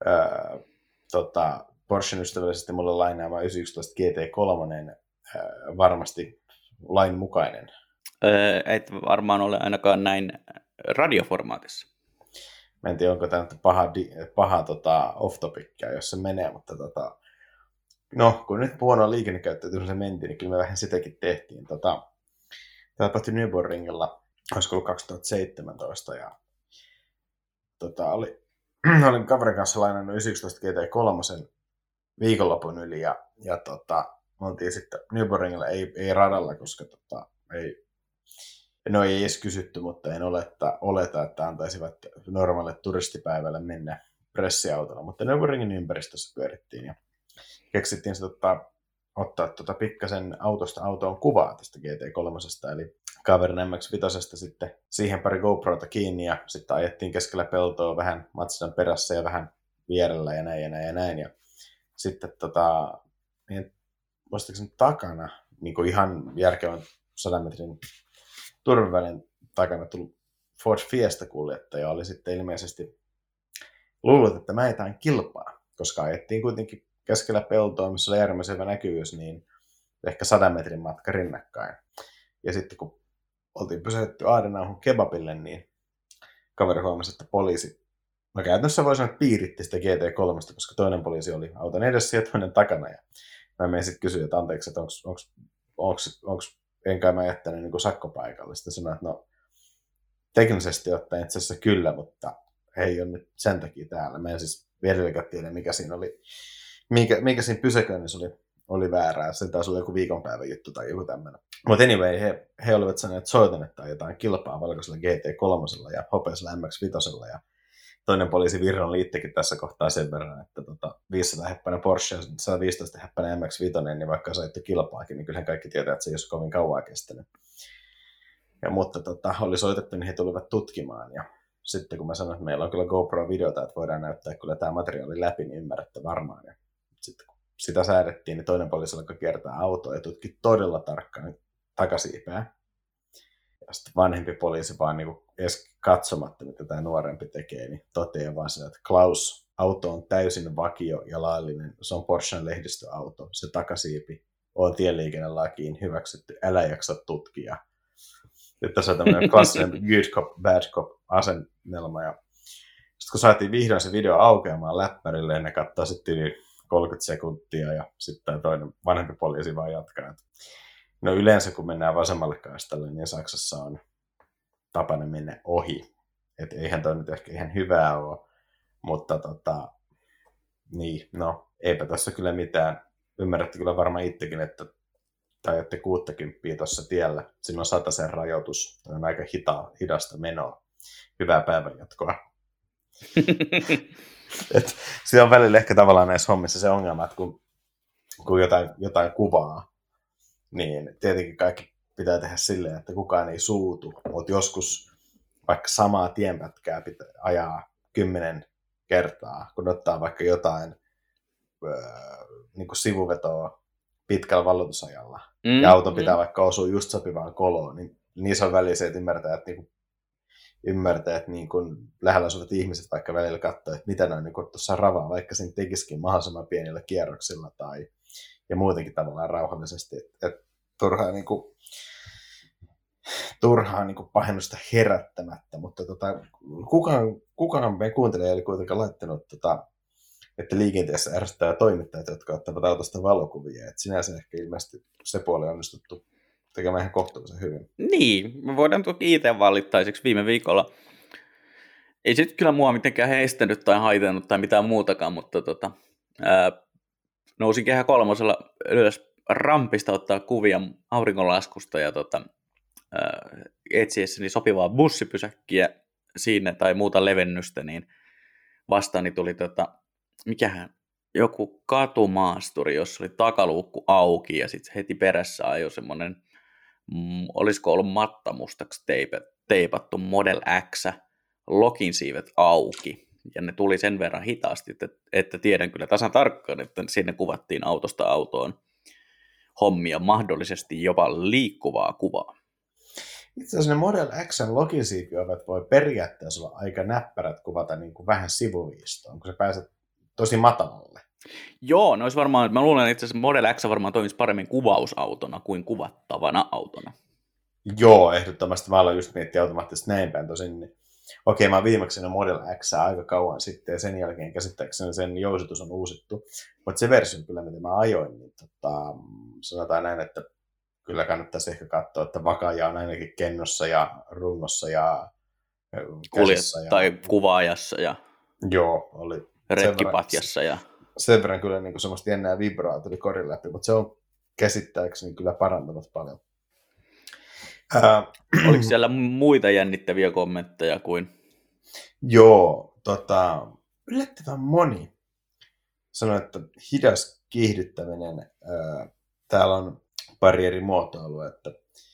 Porschen ystävällisesti mulle lainaama 911 GT3 varmasti lain mukainen? Et varmaan ole ainakaan näin radioformaatissa. Mä en tiedä, onko tämä paha off-topicia, jos se menee, mutta kun nyt huonoa liikennekäyttäytymistä mentiin, niin kyllä me vähän sitäkin tehtiin. Tämä tapahtui Nürburgringilla, olisiko ollut 2017, ja olin kaverin kanssa lainannut 911 GT3 viikonlopun yli, ja me oltiin sitten Nürburgringilla, ei radalla, koska ei edes kysytty, mutta en oleta, että antaisivat normaalille turistipäivälle mennä pressiautolla. Mutta Nürburgringin ympäristössä pyörittiin ja keksittiin ottaa pikkasen autoon kuvaa tästä GT3, eli kaverin MX-5 sitten siihen pari GoProta kiinni ja sitten ajettiin keskellä peltoa vähän Mazdan perässä ja vähän vierellä ja näin. Ja sitten muistaakseni takana, niin kuin ihan järkevän 100 metrin turvavälin takana tullut Ford Fiesta-kuljettaja oli sitten ilmeisesti luullut, että mä ajetaan kilpaa, koska ajettiin kuitenkin keskellä peltoa, missä oli äärimmäisen hyvä näkyvyys, niin ehkä 100 metrin matka rinnakkain. Ja sitten kun oltiin pysähdytty Aadenauhun kebabille, niin kaveri huomasi, että poliisi, no käytännössä voi sanoa, että piiritti sitä GT3, koska toinen poliisi oli auton edessä ja toinen takana. Ja mä menin sitten kysyä, että anteeksi, että onko enkä mä jättänyt niin sakkopaikalle. Sitten sanoin, että no teknisesti ottaen itse asiassa kyllä, mutta he ei ole nyt sen takia täällä. Mä en siis vieläkään tiedä, mikä siinä oli, mikä siinä pysäköinnissä oli väärää. Se taas oli joku viikonpäivän juttu tai joku tämmöinen. Mutta anyway, he olivat sanoneet, että soitan, että on jotain kilpaa valkoisella GT3 ja hopeisella MX-5. Ja toinen poliisi Virran liittikin tässä kohtaa sen verran, että 500 heppäinen Porsche ja 115 heppäinen MX-5, niin vaikka saitte kilpaakin, niin kyllähän kaikki tietää, että se ei ole kovin kauan kestänyt. Mutta oli soitettu, niin he tulivat tutkimaan. Ja sitten kun mä sanoin, että meillä on kyllä GoPro-videota, että voidaan näyttää kyllä tämä materiaali läpi, niin ymmärrätte varmaan. Ja sitten kun sitä säädettiin, niin toinen poliisi alkoi kiertää autoa ja tutki todella tarkkaan takasiipää. Ja sitten vanhempi poliisi vaan niin kuin edes katsomatta, mitä tämä nuorempi tekee, niin toteaa vaan sen, että Klaus, auto on täysin vakio ja laillinen. Se on Porschen lehdistöauto. Se takasiipi on tieliikennelakiin hyväksytty. Älä jaksa tutkia. Nyt tässä on tämmöinen klassinen good cop, bad cop asennelma. Ja sitten kun saatiin vihdoin se video aukeamaan läppärille, ne katsoo sitten yli 30 sekuntia ja sitten toinen vanhempi poliisi vaan jatkaa. No yleensä kun mennään vasemmalle kaistalle, niin Saksassa on tapana mennä ohi. Että eihän toi nyt ehkä ihan hyvää ole, mutta niin, no eipä tässä kyllä mitään. Ymmärrätte kyllä varmaan itsekin, että tajatte 60 tuossa tiellä. Siinä on 100 rajoitus. Tämä on aika hidasta menoa. Hyvää päivänjatkoa. Se on välillä ehkä tavallaan näissä hommissa se ongelma, että kun jotain kuvaa, niin tietenkin kaikki pitää tehdä silleen, että kukaan ei suutu. Mutta joskus vaikka samaa tienpätkää pitää ajaa 10 kertaa, kun ottaa vaikka jotain niin kuin sivuvetoa pitkällä valloitusajalla, ja auton pitää vaikka osua just sopivaan koloon, niin niissä on väliä se, että ymmärtää, että niin kuin lähellä asuvat ihmiset vaikka välillä katsoo, että mitä noin niin tuossa ravaa, vaikka sen tekisikin mahdollisimman pienillä kierroksilla ja muutenkin tavallaan rauhallisesti, että turhaa niin kuin pahennusta herättämättä, mutta kukaan me kuuntelee ei kuitenkaan laittanut, että liikenteessä ärsyttää toimittajat, jotka ottavat autosta valokuvia, että sinänsä ehkä ilmeisesti se puoli on onnistuttu tekemään ihan kohtuullisen hyvin. Niin, me voidaan toki itse valittaiseksi viime viikolla. Ei se kyllä mua mitenkään heistänyt tai haitannut tai mitään muutakaan, mutta nousin Kehä Kolmosella ylös rampista ottaa kuvia auringonlaskusta ja etsiessäni sopivaa bussipysäkkiä siinä tai muuta levennystä, niin vastaani tuli mikähän joku katumaasturi, jossa oli takaluukku auki ja sitten heti perässä ajoi semmoinen, olisiko ollut mattamustaksi teipattu Model X, lokinsiivet auki. Ja ne tuli sen verran hitaasti, että tiedän kyllä tasan tarkkaan, että sinne kuvattiin autosta autoon hommia, mahdollisesti jopa liikkuvaa kuvaa. Itse asiassa ne Model X:n loginsiipiovet voi periaatteessa olla aika näppärät kuvata niin kuin vähän sivuviistoon, kun sä pääset tosi matalalle. Joo, ne olisi varmaan, mä luulen, että itse asiassa Model X varmaan toimisi paremmin kuvausautona kuin kuvattavana autona. Joo, ehdottomasti. Mä aloin just miettiä automaattisesti näin päin tosin. Niin. Okei, mä oon viimeksi Model X aika kauan sitten ja sen jälkeen käsittääkseni sen jousitus on uusittu. Mutta se versio kyllä, mitä mä ajoin, niin sanotaan näin, että kyllä kannattaisi ehkä katsoa, että vakaaja on ainakin kennossa ja rungossa ja käsissä. Tai kuvaajassa ja oli retkipatjassa. Sen verran kyllä niin semmoista jännää vibraa tuli korin läpi, mutta se on käsittääkseni kyllä parantanut paljon. Oliko siellä muita jännittäviä kommentteja kuin? Joo, yllättävän moni sanoi, että hidas kiihdyttäminen, täällä on pari eri muotoilua, että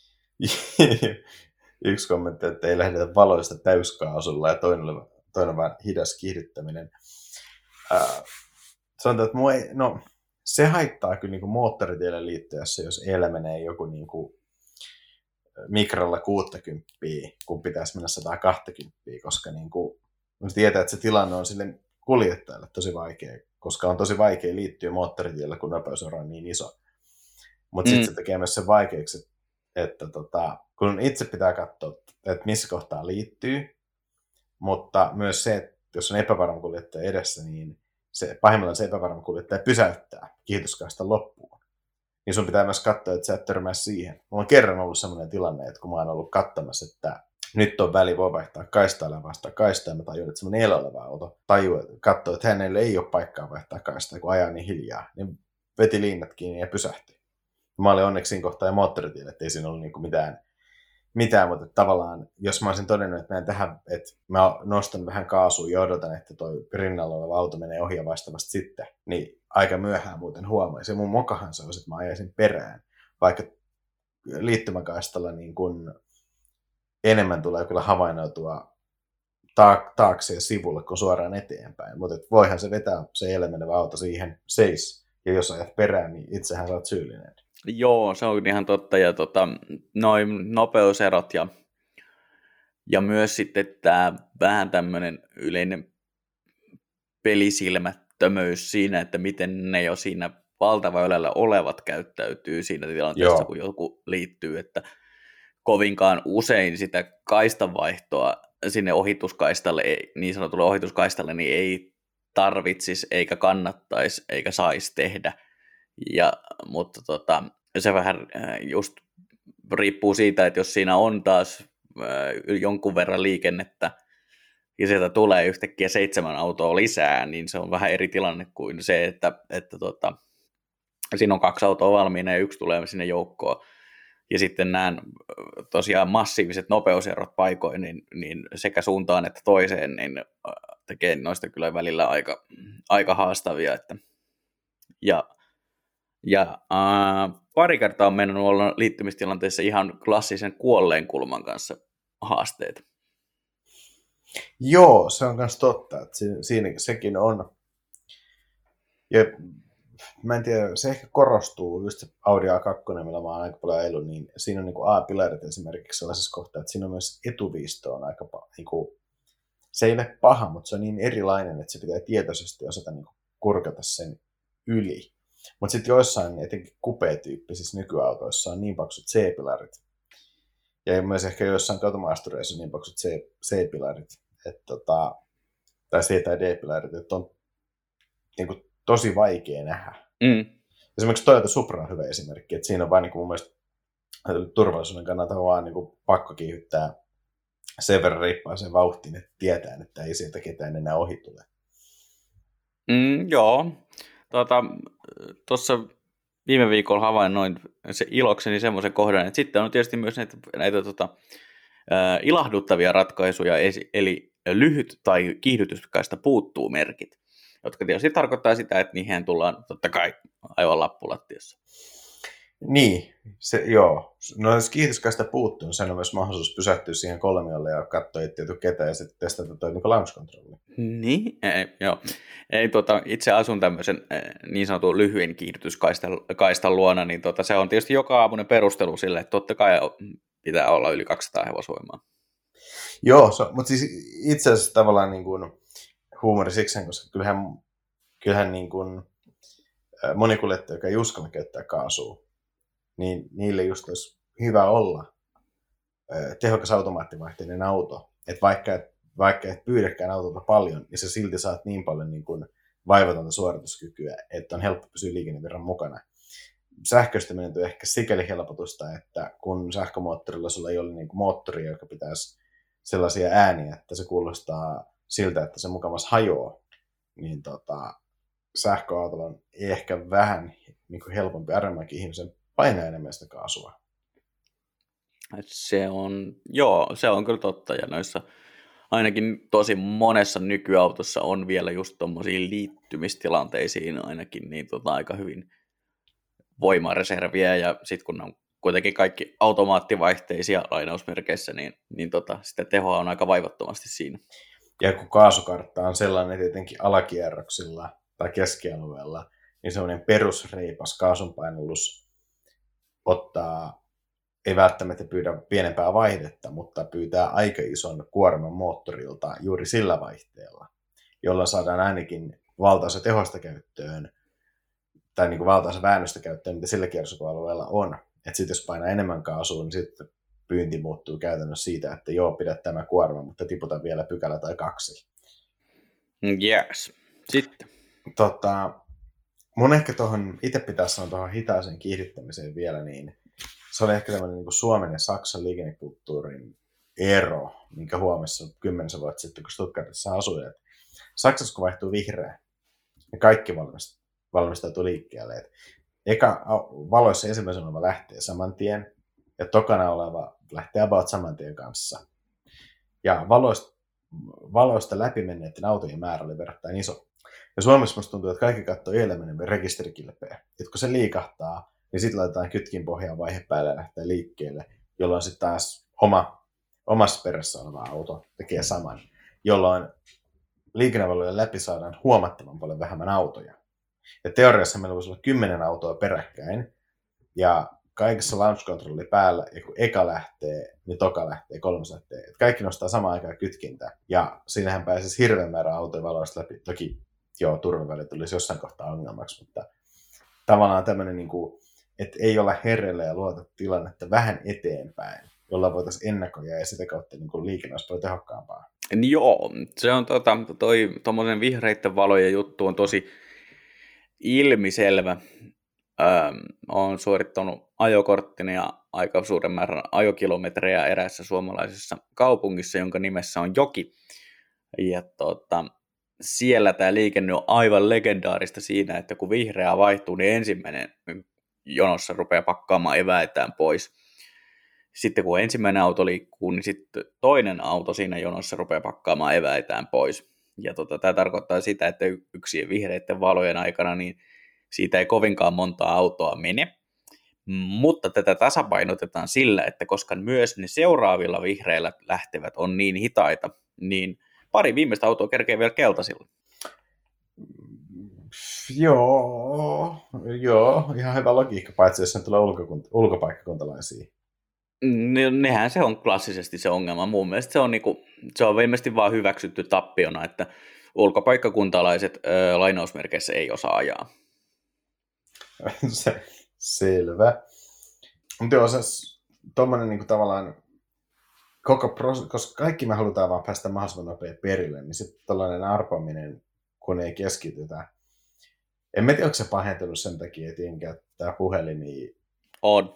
yksi kommentti, että ei lähdetä valoista täyskaasulla ja toinen vaan hidas kiihdyttäminen. Sanotaan, että se haittaa kyllä niin moottoritielle liittyessä, jos edellä menee joku niin kuin mikrolla 60, kun pitäisi mennä 120, koska niin kuin, tietää, että se tilanne on sille kuljettajalle tosi vaikea, koska on tosi vaikea liittyä moottoritielle, kun nopeusero on niin iso. Mutta sitten se tekee myös sen vaikeaksi, että kun itse pitää katsoa, että missä kohtaa liittyy, mutta myös se, että jos on epävarma kuljettaja edessä, niin pahimmillaan se epävarma kuljettaja pysäyttää kiihdytyskaistan loppuun. Niin sun pitää myös katsoa, että sä et törmää siihen. Mulla on kerran ollut sellainen tilanne, että kun mä oon ollut katsomassa, että nyt on väli, voi vaihtaa kaistailla vastaa kaistaa, ja mä tajun, että semmoinen eloleva auto katsoo, että hänelle ei ole paikkaa vaihtaa kaistaa, kun ajaa niin hiljaa, niin veti linnat kiinni ja pysähtyi. Mä olin onneksi siinä kohtaa jo moottoritielle, ettei siinä ollut niinku mitään, mutta tavallaan, jos mä olisin todennut, että mä nostan vähän kaasua ja odotan, että toi rinnalla oleva auto menee ohi ja vastaavasti sitten, niin aika myöhään muuten huomaisin. Ja mun mokahan se olisi, että mä ajaisin perään, vaikka liittymäkaistalla niin kun enemmän tulee kyllä havainnoitua taakse ja sivulle kuin suoraan eteenpäin. Mutta voihan se vetää se edellä menevä auto siihen seis, ja jos ajat perään, niin itsehän sä oot syyllinen. Joo, se on ihan totta, ja noin nopeuserot ja Ja myös sitten tämä vähän tämmöinen yleinen pelisilmättömyys siinä, että miten ne jo siinä valtaväylällä olevat käyttäytyy siinä tilanteessa, kun Joo, joku liittyy, että kovinkaan usein sitä kaistanvaihtoa sinne ohituskaistalle, niin sanotulle ohituskaistalle, niin ei tarvitsisi, eikä kannattaisi, eikä saisi tehdä. Mutta se vähän just riippuu siitä, että jos siinä on taas jonkun verran liikennettä, ja sieltä tulee yhtäkkiä 7 autoa lisää, niin se on vähän eri tilanne kuin se, että siinä on 2 autoa valmiina ja 1 tulee sinne joukkoon. Ja sitten nämä tosiaan massiiviset nopeuserot paikoin, niin sekä suuntaan että toiseen, niin tekee noista kyllä välillä aika haastavia. Pari kertaa on mennyt olla liittymistilanteessa ihan klassisen kuolleen kulman kanssa haasteita. Joo, se on myös totta, että siinä sekin on. Ja mä en tiedä, se ehkä korostuu, just se Audi A2, millä mä oon aika paljon ajellut, niin siinä on niin kuin A-pilarit esimerkiksi sellaisessa kohtaa, että siinä on myös etuviisto on aika niin kuin, se ei ole paha, mutta se on niin erilainen, että se pitää tietoisesti osata niin kuin kurkata sen yli. Mutta sitten joissain, etenkin kupee-tyyppisissä nykyautoissa on niin paksut C-pilarit. Ja myös ehkä joissain kautomaastureissa on niin paksut C-pilarit, tai C- tai D-pilarit, että on niin kuin, tosi vaikea nähdä. Esimerkiksi Toyota Supra on hyvä esimerkki, että siinä on vain niin kuin mun mielestä turvallisuuden kannalta vaan niin kuin pakko kiihyttää sen verran reippaaseen vauhtiin, että tietää, että ei sieltä ketään enää ohi tule. Joo. Tuossa viime viikolla havainnoin se ilokseni semmoisen kohdan, että sitten on tietysti myös näitä ilahduttavia ratkaisuja, eli lyhyt tai kiihdytyskaista puuttuu merkit, jotka tietysti tarkoittaa sitä, että niihin tullaan totta kai aivan lappulattiassa. Niin, joo. No jos kiihdytyskaista puuttuu, niin sen on myös mahdollisuus pysähtyä siihen kolmiolle ja katsoa, ettei tule ketään ja sitten testata toimiko launch controlli. Niin, joo. Itse asun tämmöisen niin sanotun lyhyen kiihdytyskaistan luona, niin se on tietysti joka aamuinen perustelu sille, että totta kai pitää olla yli 200 hevosvoimaa. Joo, mutta siis itse asiassa tavallaan niin kuin huumori siksi, koska kyllähän niin kuin moni kuljettaja, joka ei uskalla käyttää kaasua, niin niille just olisi hyvä olla tehokas automaattivaihteinen auto. Että vaikka et pyydäkään autolta paljon, niin sä silti saat niin paljon niin kuin vaivatonta suorituskykyä, että on helppo pysyä liikennevirran mukana. Sähköistäminen on ehkä sikäli helpotusta, että kun sähkömoottorilla sulla ei ole niin kuin moottoria, joka pitäisi sellaisia ääniä, että se kuulostaa siltä, että se mukamas hajoaa, niin sähköautolla on ehkä vähän niin kuin helpompi arvemmankin ihmisen painaa enemmän sitä kaasua. Se on kyllä totta, ja noissa ainakin tosi monessa nykyautossa on vielä just tommosiin liittymistilanteisiin ainakin niin aika hyvin voimareserviä, ja sitten kun on kuitenkin kaikki automaattivaihteisia lainausmerkeissä, niin sitä tehoa on aika vaivattomasti siinä. Ja kun kaasukartta on sellainen tietenkin alakierroksilla tai keskialueella, niin semmoinen perusreipas kaasunpainallus ei välttämättä pyydä pienempää vaihdetta, mutta pyytää aika ison kuorman moottorilta juuri sillä vaihteella, jolloin saadaan ainakin valtaosa tehosta käyttöön, tai niin kuin valtaosa väännöstä käyttöön, mitä sillä kierrosalueella on. Että sitten jos painaa enemmän kaasua, niin sitten pyynti muuttuu käytännössä siitä, että joo, pidä tämä kuorma, mutta tiputa vielä pykälä tai 2. Yes. Sitten. Mun ehkä itse pitäisi sanoa tuohon hitaaseen kiihdyttämiseen vielä, niin se oli ehkä tämmöinen niin kuin Suomen ja Saksan liikennekulttuurin ero, minkä huomassa 10 vuotta sitten, kun Stuttgartissa asui. Saksassa kun vaihtuu vihreä, niin kaikki valmistautuu liikkeelle. Et eka valoissa ensimmäisen oleva lähtee saman tien, ja tokana oleva lähtee about saman tien kanssa. Ja valoista läpimenneiden autojen määrä oli verrattain iso. Ja Suomessa musta tuntuu, että kaikki katsoo edellä menevän rekisterikilpeä. Et kun se liikahtaa, niin sitten laitetaan kytkin pohjaan vaihe päälle ja lähtee liikkeelle, jolloin sitten taas omassa perässä oleva auto tekee saman, jolloin liikennevalojen läpi saadaan huomattavan paljon vähemmän autoja. Ja teoriassa meillä voisi olla 10 autoa peräkkäin, ja kaikessa launch controlli päällä, ja kun eka lähtee, niin toka lähtee, kolmas lähtee. Et kaikki nostaa samaan aikaan kytkintää. Ja siinähän pääsisi hirveän määrä autoja valoista läpi. Toki joo, turvaväli tulisi jossain kohtaa ongelmaksi, mutta tavallaan tämmöinen, niin kuin, että ei olla herreillä ja luota tilannetta vähän eteenpäin, jolla voitaisiin ennakoida ja sitä kautta niin kuin liikenne olisi paljon tehokkaampaa. Joo, se on tuommoisen vihreiden valojen juttu on tosi ilmiselvä. Olen suorittanut ajokorttini ja aika suuren määrän ajokilometrejä eräässä suomalaisessa kaupungissa, jonka nimessä on Joki. Ja siellä tämä liikenne on aivan legendaarista siinä, että kun vihreä vaihtuu, niin ensimmäinen jonossa rupeaa pakkaamaan eväitään pois. Sitten kun ensimmäinen auto liikkuu, niin sitten toinen auto siinä jonossa rupeaa pakkaamaan eväitään pois. Ja tämä tarkoittaa sitä, että yksi vihreiden valojen aikana niin siitä ei kovinkaan montaa autoa mene. Mutta tätä tasapainotetaan sillä, että koska myös ne seuraavilla vihreillä lähtevät on niin hitaita, niin pari viimeistä autoa kerkee vielä keltaisilla. Joo, ihan hyvä logiikka, paitsi jos sen tulee ulkopaikkakuntalaisia. Nehän se on klassisesti se ongelma. Mun mielestä se on ilmeisesti vaan hyväksytty tappiona, että ulkopaikkakuntalaiset lainausmerkeissä ei osaa ajaa. Selvä. Mutta joo, se tommonen niinku tavallaan koska kaikki me halutaan vaan päästä mahdollisimman nopea perille, niin sitten tällainen arpominen, kun ei keskitytä. En tiedä, onko se pahentunut sen takia, että en käyttää puhelimia. On.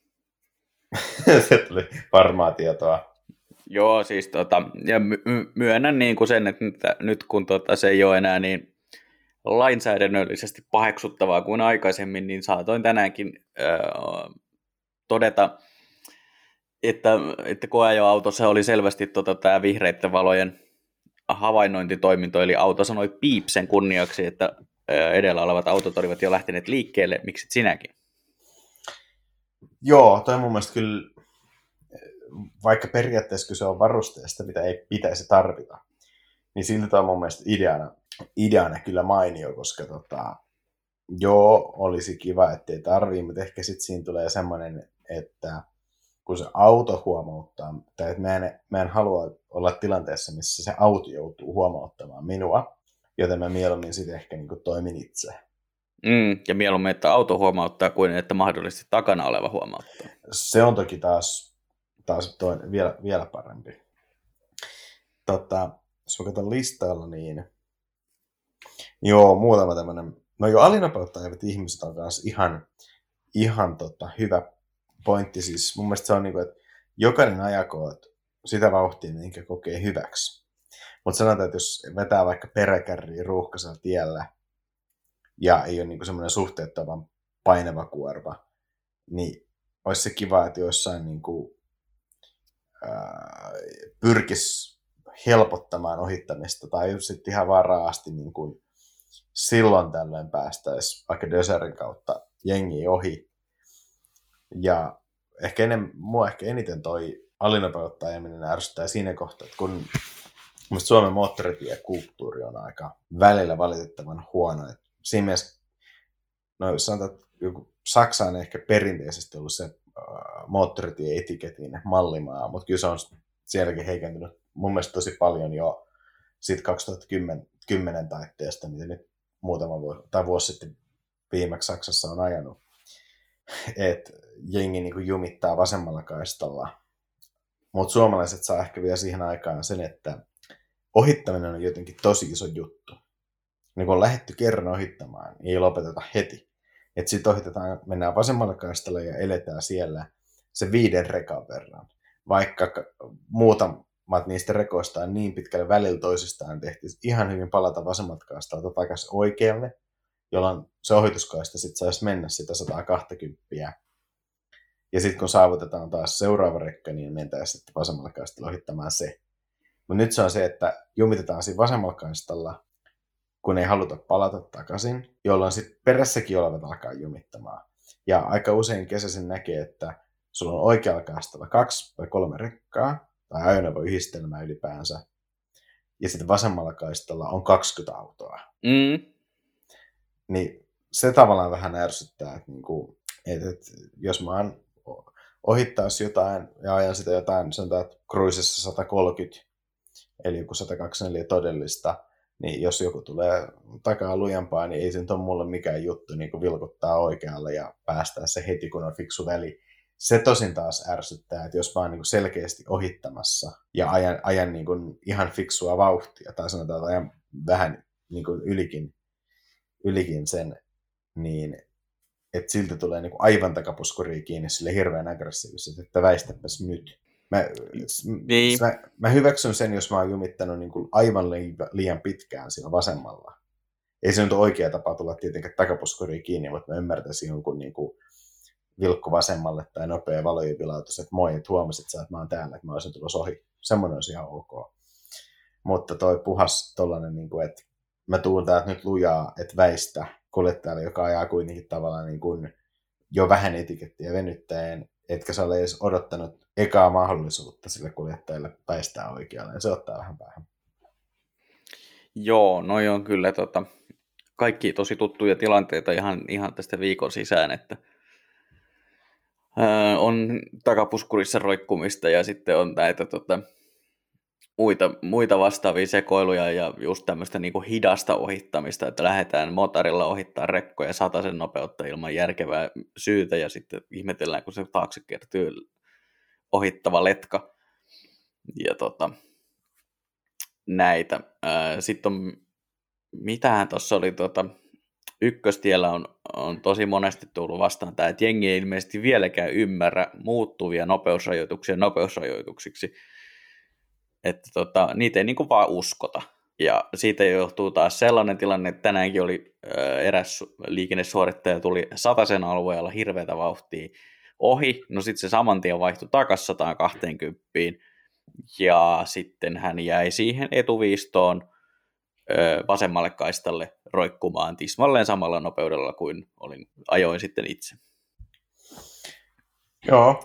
Se tuli varmaa tietoa. Joo, siis ja myönnän niin kuin sen, että nyt kun se ei ole enää niin lainsäädännöllisesti paheksuttavaa kuin aikaisemmin, niin saatoin tänäänkin todeta, että koeajoautossa oli selvästi tämä vihreiden valojen havainnointitoiminto, eli auto sanoi piip sen kunniaksi, että edellä olevat autot olivat jo lähteneet liikkeelle, miksi sinäkin? Joo, toi mun mielestä kyllä, vaikka periaatteessa kyse on varusteesta, mitä ei pitäisi tarvita, niin silti on mun mielestä ideana kyllä mainio, koska joo, olisi kiva, ettei tarvii, mutta ehkä sitten siinä tulee semmoinen, että kun se auto huomauttaa, tai että mä en halua olla tilanteessa, missä se auto joutuu huomauttamaan minua, joten mä mieluummin sitten ehkä niin kuin toimin itse. Ja mieluummin, että auto huomauttaa, kuin että mahdollisesti takana oleva huomauttaa. Se on toki taas vielä parempi. Jos mä katson listalla, niin joo, muutama tämmöinen, no jo alinopeutta eivät ihmiset on kanssa ihan hyvä pointti. Siis mun mielestä se on niin kuin, että jokainen ajakoot sitä vauhtia, minkä kokee hyväksi. Mutta sanotaan, että jos vetää vaikka peräkärriä ruuhkaisella tiellä ja ei ole niin semmoinen suhteettoman painava kuorma, niin olisi se kiva, että joissain niin kuin, pyrkisi helpottamaan ohittamista tai sitten ihan vaan raasti niin kuin silloin tällöin päästäisiin vaikka Döserin kautta jengiä ohi. Ja mua ehkä eniten toi alinopeutta ajaminen ärsyttää siinä kohtaa, että kun Suomen moottoritiekulttuuri on aika välillä valitettavan huono. Et siinä mielessä, no sanotaan, että Saksa on ehkä perinteisesti ollut se moottoritie-etiketin mallimaa, mutta kyllä se on sielläkin heikentynyt mun mielestä tosi paljon jo siitä 2010 taitteesta, mitä nyt vuosi sitten viimeksi Saksassa on ajanut. Että jengi niin kuin jumittaa vasemmalla kaistalla. Mutta suomalaiset saa ehkä vielä siihen aikaan sen, että ohittaminen on jotenkin tosi iso juttu. Niin kun on lähdetty kerran ohittamaan, niin ei lopeteta heti. Että sitten ohitetaan, mennään vasemmalle kaistalle ja eletään siellä se 5 rekan verran. Vaikka muutamat niistä rekoista on niin pitkälle välillä toisistaan tehty, ihan hyvin palata vasemmalta kaistalta takaisin oikealle, jolloin se ohituskaista sitten saisi mennä sitä 120. Ja sitten kun saavutetaan taas seuraava rekka, niin mentäisiin sitten vasemmalla kaistalla ohittamaan se. Mutta nyt se on se, että jumitetaan siinä vasemmalla kaistalla, kun ei haluta palata takaisin, jolloin sitten perässäkin olevat alkaa jumittamaan. Ja aika usein kesäisin näkee, että sulla on oikealla kaistalla 2 tai 3 rekkaa, tai ajoneuvoyhdistelmää ylipäänsä, ja sitten vasemmalla kaistalla on 20 autoa. Niin se tavallaan vähän ärsyttää, että niinku, Jos mä ohittaisi jotain ja ajan sitä jotain, sanotaan, että cruisessa 130, eli joku 124 todellista, niin jos joku tulee takaa lujempaa, niin ei se nyt ole mulle mikään juttu niin kuin vilkuttaa oikealle ja päästää se heti, kun on fiksu väli. Se tosin taas ärsyttää, että jos mä oon niin kuin selkeästi ohittamassa ja ajan niin kuin ihan fiksua vauhtia, tai sanotaan, että ajan vähän niin kuin ylikin sen, niin että silti tulee niin kuin aivan takapuskuriin kiinni sille hirveän aggressiivisesti, että väistäpäs nyt. Niin. Mä hyväksyn sen, jos mä oon jumittanut niin kuin aivan liian pitkään siinä vasemmalla. Ei se nyt ole oikea tapa tulla tietenkään takapuskuriin kiinni, mutta mä ymmärtäisin jonkun niin kuin vilkku vasemmalle tai nopea valojen vilautus, että moi, että huomasit sä, että mä oon täällä, että mä olisin tulossa ohi. Semmoinen on ihan ok. Mutta toi puhas tollanen, niin kuin, että mä tuun täältä nyt lujaa, että väistä kuljettajalle, joka ajaa kuitenkin tavallaan niin kuin jo vähän etikettiä venyttäen, etkä sä ole edes odottanut ekaa mahdollisuutta sille kuljettajalle väistää oikealle. Se ottaa vähän päähän. Joo, noi on kyllä kaikki tosi tuttuja tilanteita ihan tästä viikon sisään, että on takapuskurissa roikkumista ja sitten on näitä muita vastaavia sekoiluja ja just tämmöistä niinku hidasta ohittamista, että lähdetään motorilla ohittaa rekkoja 100 nopeutta ilman järkevää syytä ja sitten ihmetellään, kun se taakse kertyy ohittava letka. Ja näitä. Sitten on, mitähän tuossa oli, ykköstiellä on tosi monesti tullut vastaan tämä, että jengi ei ilmeisesti vieläkään ymmärrä muuttuvia nopeusrajoituksia nopeusrajoituksiksi. Että niitä ei niinku vaan uskota. Ja siitä johtuu taas sellainen tilanne, että tänäänkin oli eräs liikennesuorittaja tuli 100 alueella hirveätä vauhtia ohi, no sitten se saman tien vaihtui takaisin 120, ja sitten hän jäi siihen etuviistoon vasemmalle kaistalle roikkumaan tismalleen samalla nopeudella kuin ajoin sitten itse. Joo,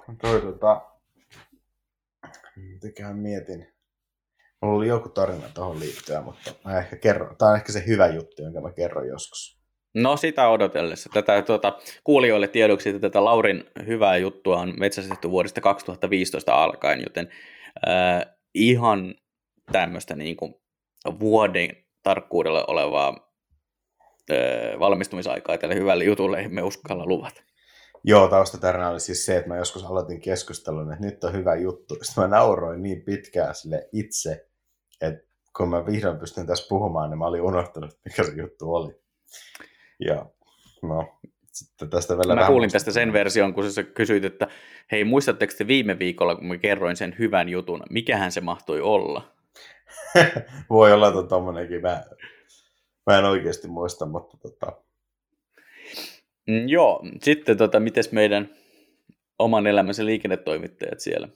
mitäköhän mietin. Mulla oli joku tarina tuohon liittyen, mutta mä ehkä kerron. Tämä on ehkä se hyvä juttu, jonka mä kerron joskus. No sitä odotellessa. Tätä kuulijoille tiedoksi, että tätä Laurin hyvää juttua on metsästetty vuodesta 2015 alkaen, joten ihan tämmöistä niin kuin vuoden tarkkuudella olevaa valmistumisaikaa tälle hyvälle jutulle emme uskalla luvata. Joo, taustatarina oli siis se, että mä joskus aloitin keskustelun, että nyt on hyvä juttu. Sitten mä nauroin niin pitkään sille itse, että kun mä vihdoin pystyn tässä puhumaan, niin mä olin unohtanut, mikä se juttu oli. Ja no, sitten tästä vielä mä kuulin tästä sen version, kun sä kysyit, että hei, muistatteko te viime viikolla, kun mä kerroin sen hyvän jutun, mikähän se mahtoi olla? Voi olla tommonenkin, mä en oikeasti muista, mutta Joo, sitten mites meidän oman elämänsä liikennetoimittajat siellä?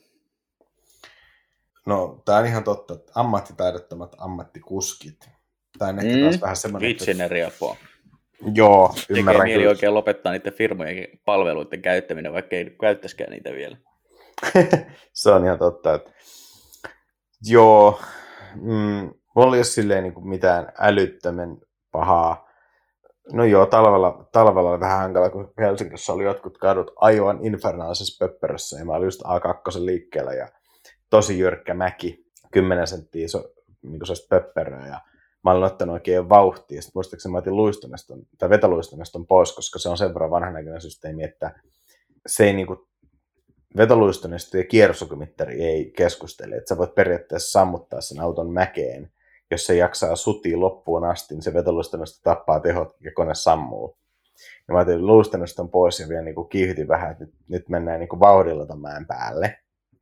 No, tää on ihan totta, että ammattitaidottomat ammattikuskit. Tää on ehkä taas vähän semmoinen... Vitsineriapua. Joo, ymmärrän. Tekee mieli oikein lopettaa niiden firmojen palveluiden käyttäminen, vaikka ei käyttäisikään niitä vielä. Se on ihan totta, että joo, mulla ei ole silleen niin kuin mitään älyttömän pahaa. No joo, talvella oli vähän hankala, kun Helsingissä oli jotkut kadut aivan infernaalisessa pöppörössä, ja mä olin just A2 liikkeellä, ja tosi jyrkkä mäki, 10 senttiä niin pöppöröä, ja mä olin ottanut oikein vauhtia, ja sitten muistaakseni mä otin vetoluistoneston pois, koska se on sen verran vanhanaikainen systeemi, että se ei niinku vetoluistonesto ja kierrosukumittari ei keskustele, että sä voit periaatteessa sammuttaa sen auton mäkeen, jos se jaksaa sutia loppuun asti, niin se vetoluistonesto tappaa tehot ja kone sammuu. Ja mä otin luistoneston pois ja vielä niinku kiihytin vähän, että nyt mennään niinku vauhdilla ton mäen päälle,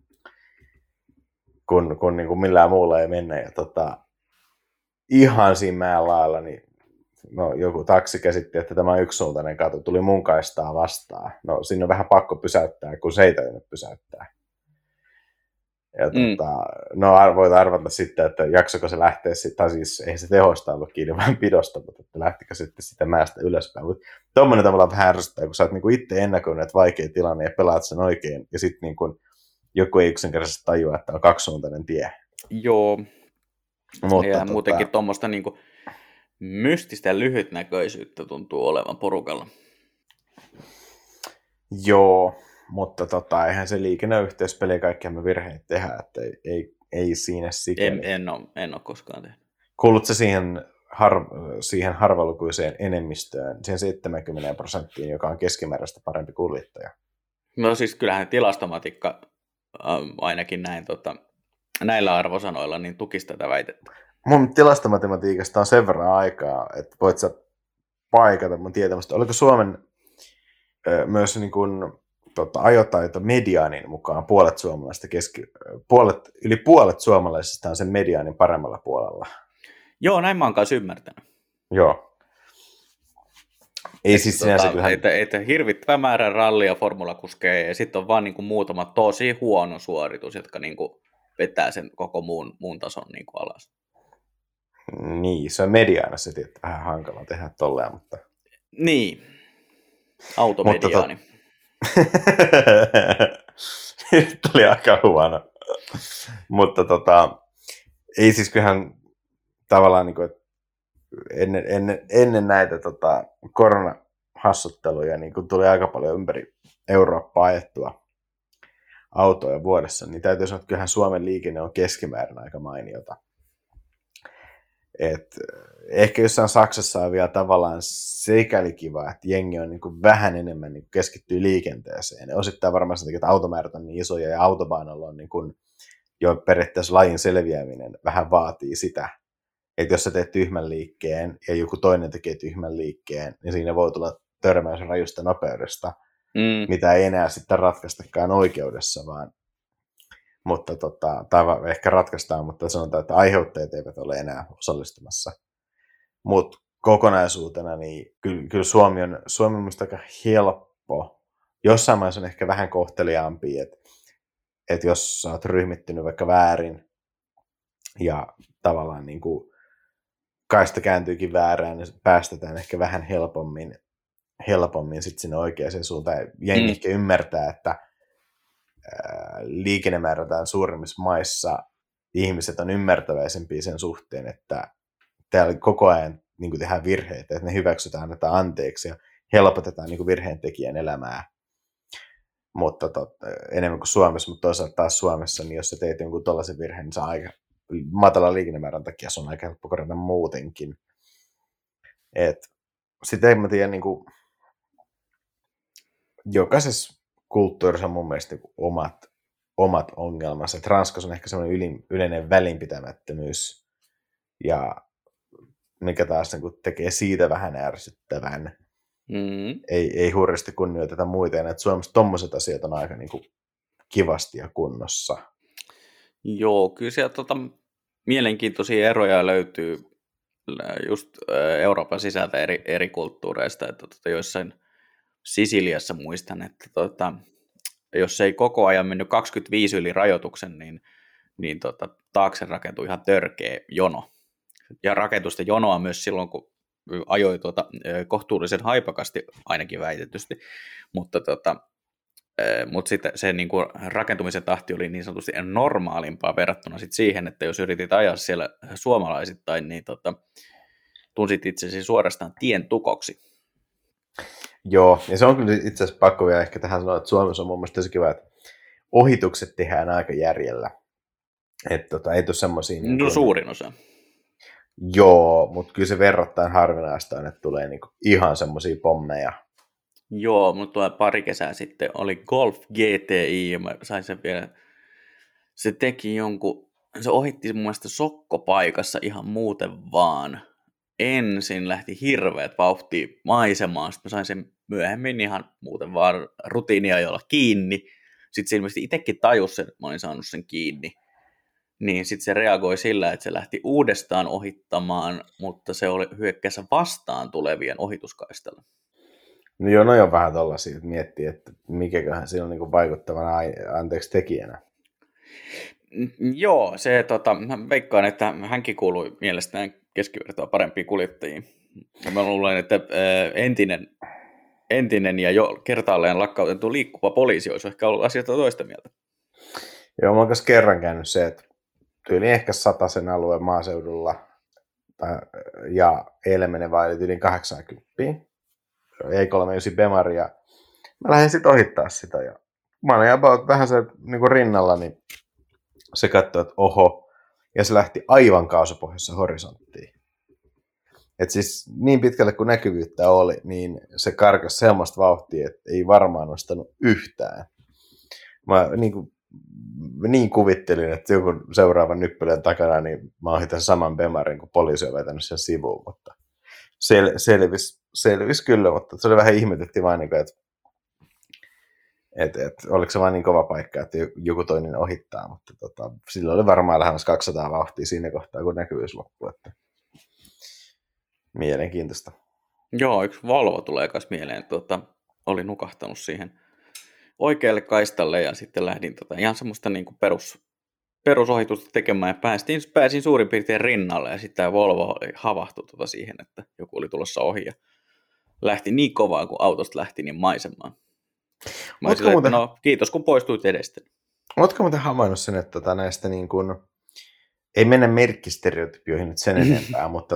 kun niinku millään muulla ei mennä. Ja ihan siinä mäen lailla, niin no, joku taksi käsitti, että tämä on yksisuuntainen katu, tuli mun kaistaa vastaan. No siinä on vähän pakko pysäyttää, kun se ei tajunnut pysäyttää. Ja no voit arvata sitten, että jaksako se lähteä, tai siis ei se tehosta ollut kiinni, vaan pidosta, mutta että lähtikö sitten sitä mäestä ylöspäin. Tuommoinen tavallaan vähän ärsyttää, kun sä oot niinku itse ennakoinut, että vaikea tilanne ja pelaat sen oikein, ja sitten niinku joku ei yksinkertaisesti tajua, että on kaksisuuntainen tie. Joo, mutta ja muutenkin tuommoista niinku mystistä lyhytnäköisyyttä tuntuu olevan porukalla. Joo, mutta eihän se liikenneyhteyspeli kaikkia me virheitä tehdä, että ei siinä sikäli. En ole koskaan tehnyt. Kuulutko siihen harvalukuiseen enemmistöön, siihen 70%, joka on keskimääräistä parempi kuljettaja? No siis kyllähän tilastomatikka ainakin näillä arvosanoilla niin tukisi tätä väitettä. Mun tilastomatematiikasta on sen verran aikaa, että voit sä paikata mun tietämästä. Oliko Suomen myös niin kuin, ajotaito mediaanin mukaan yli puolet suomalaisista on sen mediaanin paremmalla puolella? Joo, näin mä oon kanssa ymmärtänyt. Joo. Ei siis sinänsä kyllähän... Että hirvittävä määrä rallia formulakuskeja ja sitten on vaan niin kuin muutama tosi huono suoritus, jotka niin kuin vetää sen koko muun tason niin kuin alas. Niin, se on mediaanassa tietysti vähän hankala tehdä tolleen, mutta... Niin, automediaani. Nyt tuli aika huono. Mutta ei siis kyllähän tavallaan niin kuin, ennen näitä koronahassutteluja niin kun tuli aika paljon ympäri Eurooppaa ajettua autoja vuodessa, niin täytyy sanoa, että kyllähän Suomen liikenne on keskimäärin aika mainiota. Ehkä jossain Saksassa on vielä tavallaan sikäli kiva, että jengi on niin kuin vähän enemmän niin kuin keskittyy liikenteeseen. Ja osittain varmaan sen takia, että automäärät on niin isoja ja autobaanalla on niin kuin jo periaatteessa lajin selviäminen vähän vaatii sitä. Että jos sä teet tyhmän liikkeen ja joku toinen tekee tyhmän liikkeen, niin siinä voi tulla törmäys rajusta nopeudesta, mitä ei enää sitten ratkaistakaan oikeudessa, vaan tai ehkä ratkaistaan, mutta sanotaan, että aiheuttajat eivät ole enää osallistumassa. Mutta kokonaisuutena, niin kyllä Suomi on minusta aika helppo. Jossain maissa on ehkä vähän kohteliaampi, että jos sä oot ryhmittynyt vaikka väärin ja tavallaan niin kuin kaista kääntyykin väärään, niin päästetään ehkä vähän helpommin sitten sinne oikeaan suuntaan. Jengi ehkä ymmärtää, että liikennemäärältään suurimmissa maissa ihmiset on ymmärtäväisempiä sen suhteen, että täällä koko ajan niin kuin tehdään virheitä, että ne hyväksytään, annetaan anteeksi ja helpotetaan niin kuin virheen tekijän elämää. Mutta enemmän kuin Suomessa, mutta toisaalta taas Suomessa, niin jos sä teet jonkun tollaisen virheen, niin se on aika matalan liikennemäärän takia se on aika helppo korjata muutenkin. Sitten en mä tiedä, niin kuin, jokaisessa kulttuurissa on mun mielestä niin omat ongelmansa. Ranskassa on ehkä semmoinen yleinen välinpitämättömyys, ja mikä taas niin kuin tekee siitä vähän ärsyttävän. Ei hurjasti kunnioiteta muita, ja että Suomessa tommoset asiat on aika niin kuin kivasti ja kunnossa. Joo, kyllä sieltä mielenkiintoisia eroja löytyy just Euroopan sisältä eri kulttuureista, että joissain Sisiliassa muistan, että jos ei koko ajan mennyt 25 yli rajoituksen, niin taakse rakentui ihan törkeä jono. Ja rakentusta jonoa myös silloin, kun ajoi kohtuullisen haipakasti, ainakin väitetysti, mutta sitten se niin kuin rakentumisen tahti oli niin sanotusti normaalimpaa verrattuna sit siihen, että jos yritit ajaa siellä suomalaisittain, niin tunsit itsesi suorastaan tien tukoksi. Joo, ja se on kyllä itse asiassa pakko vielä ehkä tähän sanoa, että Suomessa on mun mielestä tosi kiva, että ohitukset tehdään aika järjellä. Että ei tule semmoisia... Niin kuin, suurin osa. Joo, mutta kyllä se verrattain harvinaista on, että tulee niinku ihan semmoisia pommeja. Joo, mutta pari kesää sitten oli Golf GTI, ja mä sain sen vielä... Se teki se ohitti mun mielestä sokkopaikassa ihan muuten vaan. Ensin lähti hirveät vauhtia maisemaan, sitten mä sain sen myöhemmin ihan muuten vaan rutiinia jolla kiinni. Sitten se ilmeisesti itsekin tajusi sen, että mä olin saanut sen kiinni. Niin sitten se reagoi sillä, että se lähti uudestaan ohittamaan, mutta se oli hyökkässä vastaan tulevien ohituskaistalla. No joo, no on vähän tollaisia, että miettii, että mikäköhän siinä on niin vaikuttavana tekijänä. Joo, se mä veikkaan, että hänkin kuului mielestään keskivertoa parempiin kuljettajiin. Mä luulen, että entinen ja jo kertaalleen lakkautettu liikkuva poliisi olisi ehkä ollut asioita toista mieltä. Joo, mä oon kerran käynyt se, että tyyli ehkä 100 alueen maaseudulla ja eilen menevä oli yli 80. E39 Bemaria mä lähdin sitten ohittaa sitä ja mä olin about vähän se niin kuin rinnalla, niin se katsoi, että oho, ja se lähti aivan kaasupohjassa horisonttiin. Et siis niin pitkälle kuin näkyvyyttä oli, niin se karkasi semmoista vauhtia, että ei varmaan nostanut yhtään. Mä niin kuvittelin, että joku seuraavan nyppylän takana, niin mä ohitan saman bemarin, kun poliisi on vetänyt sen sivuun, mutta selvisi kyllä, mutta se oli vähän ihmetettiin vaan, että oliko se vaan niin kova paikka, että joku toinen ohittaa, mutta sillä oli varmaan lähemmäs 200 vauhtia siinä kohtaa, kun näkyvyys loppui, että mielenkiintoista. Joo, yksi Volvo tulee myös mieleen, oli nukahtanut siihen oikealle kaistalle ja sitten lähdin ihan semmoista niin kuin perusohitusta tekemään ja pääsin suurin piirtein rinnalle ja sitten tämä Volvo havahtui siihen, että joku oli tulossa ohi ja lähti niin kovaa, kun autosta lähti niin maisemaan. Mä sille, muuten... no kiitos kun poistuit edestä. Oletko muuten havainnut sen, että näistä niin kuin, ei mennä merkkistereotypioihin nyt sen enempää, mutta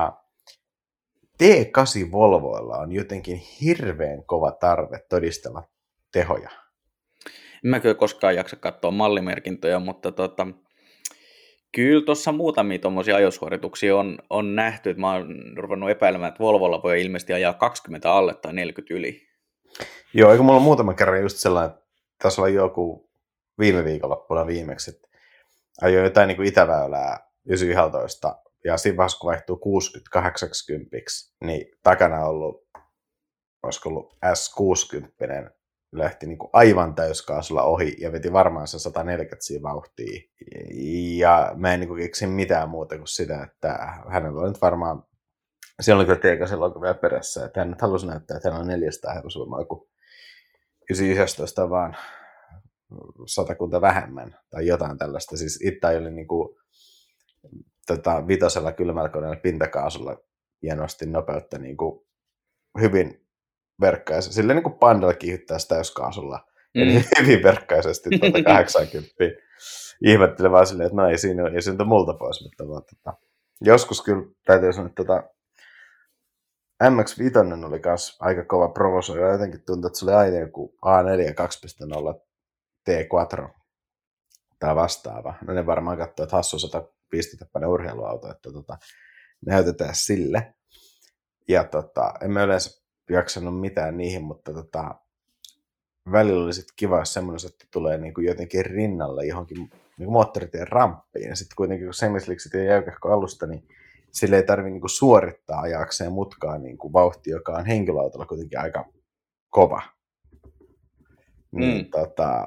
T8 Volvoilla on jotenkin hirveän kova tarve todistella tehoja. En mä kyllä koskaan jaksa katsoa mallimerkintöjä, mutta kyllä tuossa muutamia tuommoisia ajosuorituksia on nähty, että mä oon ruvennut epäilemään, että Volvolla voi ilmeisesti ajaa 20 alle tai 40 yli. Joo, eikö mulla on muutaman kerran just sellainen, että tässä oli joku viime viikonloppuna viimeksi, että ajoi jotain niin kuin Itäväylää 911, ja siinä vaiheessa, kun vaihtuu 60-80, niin takana on ollut, olisiko ollut S60, lähti niin kuin aivan täyskaasulla ohi ja veti varmaan se 140 siinä vauhtia. Ja mä en niin kuin keksi mitään muuta kuin sitä, että hänellä oli nyt varmaan, siellä oli kyllä T8 logo vielä perässä, että hän nyt halusi näyttää, että hän on 400 hevosvoimaa, kun 911 on vaan 100 vähemmän tai jotain tällaista. Siis itse oli niin kuin vitosella kylmällä koneella pintakaasulla ja nosti nopeutta niin kuin hyvin verkkaisesti. Silleen niin kuin Pandalla kiihyttää sitä täyskaasulla. Eli hyvin verkkaisesti 80. Ihmettelin vaan silleen, että no ei siinä ole multa pois. Mutta joskus kyllä täytyy sanoa, että MX-5 oli myös aika kova provosoija. Jotenkin tuntui, että se oli aina joku A4 2.0 T4 tai vastaava. No ne varmaan katsoo, että hassu 150-täppäinen urheiluauto, että näytetään sille. Ja en mä yleensä jaksanut mitään niihin, mutta välillä oli sitten kiva, jos semmoinen, että tulee niinku jotenkin rinnalle johonkin niinku moottoritien ramppiin. Ja sitten kuitenkin, kun semisliksit ja jäykähkö alusta, niin sille ei tarvitse niinku suorittaa ajakseen mutkaan niinku vauhti, joka on henkilöautolla kuitenkin aika kova. Niin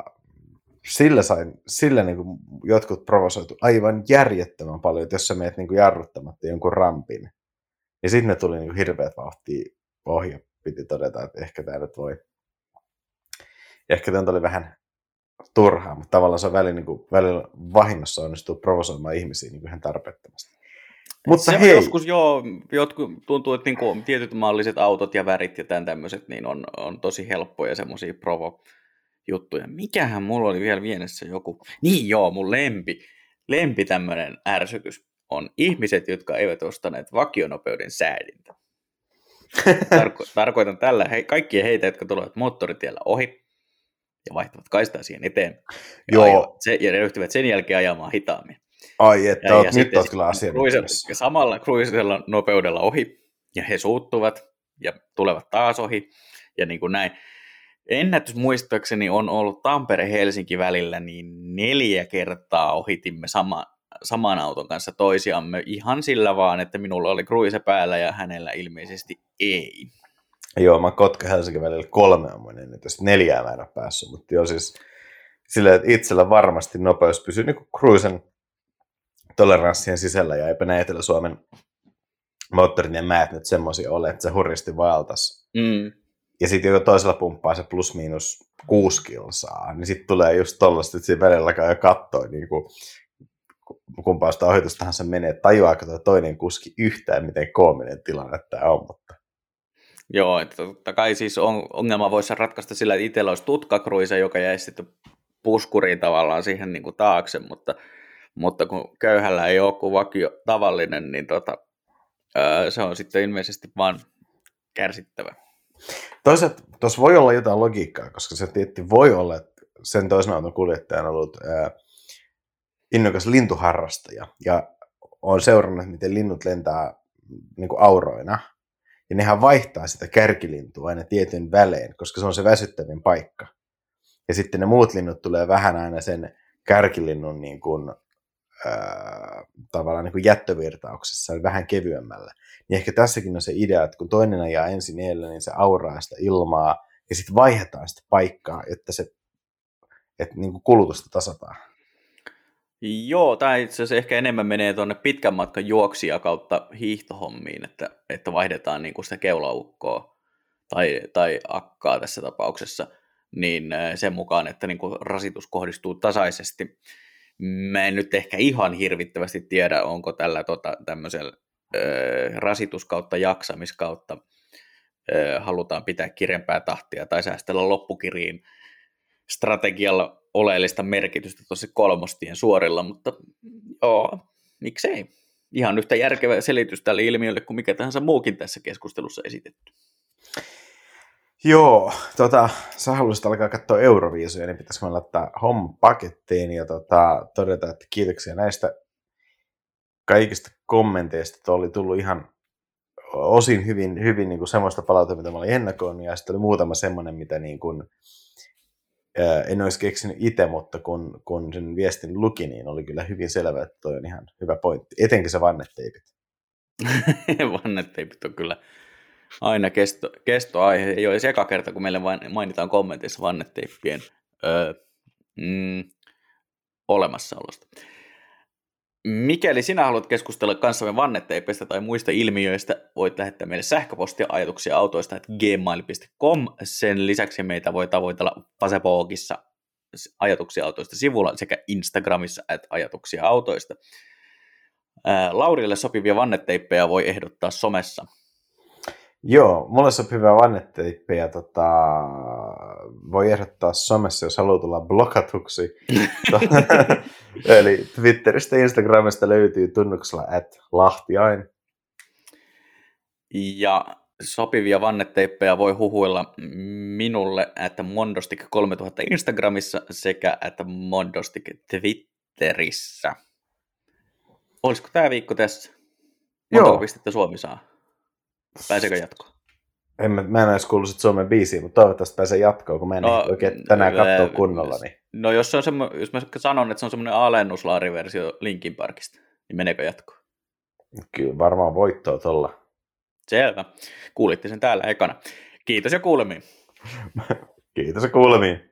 sillä niinku jotkut provosoitu aivan järjettömän paljon, että jos sä meet niinku jarruttamatta jonkun rampin, niin sitten ne tuli niinku hirveät vauhtia ohi. Piti todeta, että ehkä tämä nyt voi. Ehkä tämä oli vähän turhaa, mutta tavallaan se on välillä vahingossa onnistuu provosoimaan ihmisiä niin ihan tarpeettomasti. Mutta hei. Joskus jotkut tuntuu, että niinku tietyt malliset autot ja värit ja tämmöiset niin on tosi helppoja semmoisia provo-juttuja. Mikähän mulla oli vielä vienessä joku? Niin joo, mun lempi tämmöinen ärsytys on ihmiset, jotka eivät ostaneet vakionopeuden säädintä. Tarkoitan tällä kaikkia heitä, jotka tulevat moottoritiellä ohi ja vaihtavat kaistaa siihen eteen ja ryhtyvät sen jälkeen ajamaan hitaammin. Ai, että nyt olet kyllä asianmukaisessa. Samalla kruisella nopeudella ohi ja he suuttuvat ja tulevat taas ohi ja niin kuin näin. Ennätys muistaakseni on ollut Tampere-Helsinki välillä, niin 4 kertaa ohitimme saman auton kanssa toisiamme ihan sillä vaan, että minulla oli kruise päällä ja hänellä ilmeisesti ei. Joo, mä Kotka-Helsinki välillä 3 on mun ennätys, 4 mä en ole päässyt, mutta joo siis silleen, että itsellä varmasti nopeus pysyy niin kuin kruisen toleranssien sisällä ja eipä näin Etelä-Suomen moottorin määt nyt semmoisia ole, että se hurjasti vaeltaisi. Ja sitten joku toisella pumppaa se plus miinus 6 kilsaa, niin sitten tulee just tollaista, että siinä välillä käy kattoo niin kuin kumpaa sitä ohitustahan se menee, että tajuaako tuo toinen kuski yhtään, miten koominen tilanne tämä on. Mutta. Joo, että totta kai siis ongelma voisi ratkaista sillä, että itsellä olisi tutkakruise, joka jäisi sitten puskuriin tavallaan siihen niin kuin taakse, mutta kun köyhällä ei ole kuin vakio tavallinen, niin se on sitten ilmeisesti vaan kärsittävä. Toisaalta tuossa voi olla jotain logiikkaa, koska se tietysti voi olla, että sen toisen auton kuljettaja on ollut innokas lintuharrastaja ja on seurannut, miten linnut lentää niin kuin auroina. Ja nehän vaihtaa sitä kärkilintua aina tietyn välein, koska se on se väsyttävin paikka. Ja sitten ne muut linnut tulee vähän aina sen kärkilinnun niin kuin, tavallaan niin kuin jättövirtauksessa, vähän kevyemmällä. Niin ehkä tässäkin on se idea, että kun toinen ajaa ensin edellä, niin se auraa sitä ilmaa ja sitten vaihdetaan sitä paikkaa, että niin kuin kulutusta tasataan. Joo, tämä itse asiassa ehkä enemmän menee tuonne pitkän matkan juoksia kautta hiihtohommiin, että vaihdetaan niin kuin sitä keulaukkoa tai akkaa tässä tapauksessa, niin sen mukaan, että niin kuin rasitus kohdistuu tasaisesti. Mä en nyt ehkä ihan hirvittävästi tiedä, onko tällä tämmöisellä rasitus kautta jaksamiskautta halutaan pitää kirempää tahtia tai säästellä loppukiriin strategialla oleellista merkitystä tosi kolmostien suorilla, mutta joo, miksei. Ihan yhtä järkevä selitys tälle ilmiölle kuin mikä tahansa muukin tässä keskustelussa esitetty. Joo, sä haluaisit alkaa katsoa Euroviisuja, niin pitäisikö me laittaa homma pakettiin ja todeta, että kiitoksia näistä kaikista kommenteista. Tuo oli tullut ihan osin hyvin niin kuin semmoista palautetta, mitä mä olin ennakoinut, ja sitten oli muutama semmoinen, mitä niin kuin, en olisi keksinyt itse, mutta kun sen viestin luki, niin oli kyllä hyvin selvä, että toi on ihan hyvä pointti. Etenkin se vanneteipit. Vanneteipit on kyllä aina kestoaihe. Ei ole eka kerta, kun meille mainitaan kommenteissa vanneteippien olemassaolosta. Mikäli sinä haluat keskustella kanssamme vanneteipeistä tai muista ilmiöistä, voit lähettää meille sähköpostia ajatuksia autoista @gmail.com. Sen lisäksi meitä voi tavoitella Facebookissa ajatuksia autoista sivulla sekä Instagramissa @ajatuksia autoista. Laurille sopivia vanneteippejä voi ehdottaa somessa. Joo, mulle sopivia vanneteippejä voi ehdottaa somessa, jos haluaa tulla blokatuksi. Eli Twitteristä ja Instagramista löytyy tunnuksella @lahtiain. Ja sopivia vanneteippejä voi huhuilla minulle @mondostik3000 Instagramissa sekä @mondostik Twitterissä. Olisiko tämä viikko tässä? Montako pistettä Suomi saa? Pääseekö jatkoon? Mä en edes kuullut Suomen biisiä, mutta toivottavasti pääsee jatkoon, kun mä en oikein tänään katsoa kunnolla. Niin. No jos mä sanon, että se on semmoinen alennuslaariversio Linkin Parkista, niin meneekö jatkoon? Kyllä varmaan voittoa tuolla. Selvä. Kuulitte sen täällä ekana. Kiitos ja kuulemiin. Kiitos ja kuulemiin.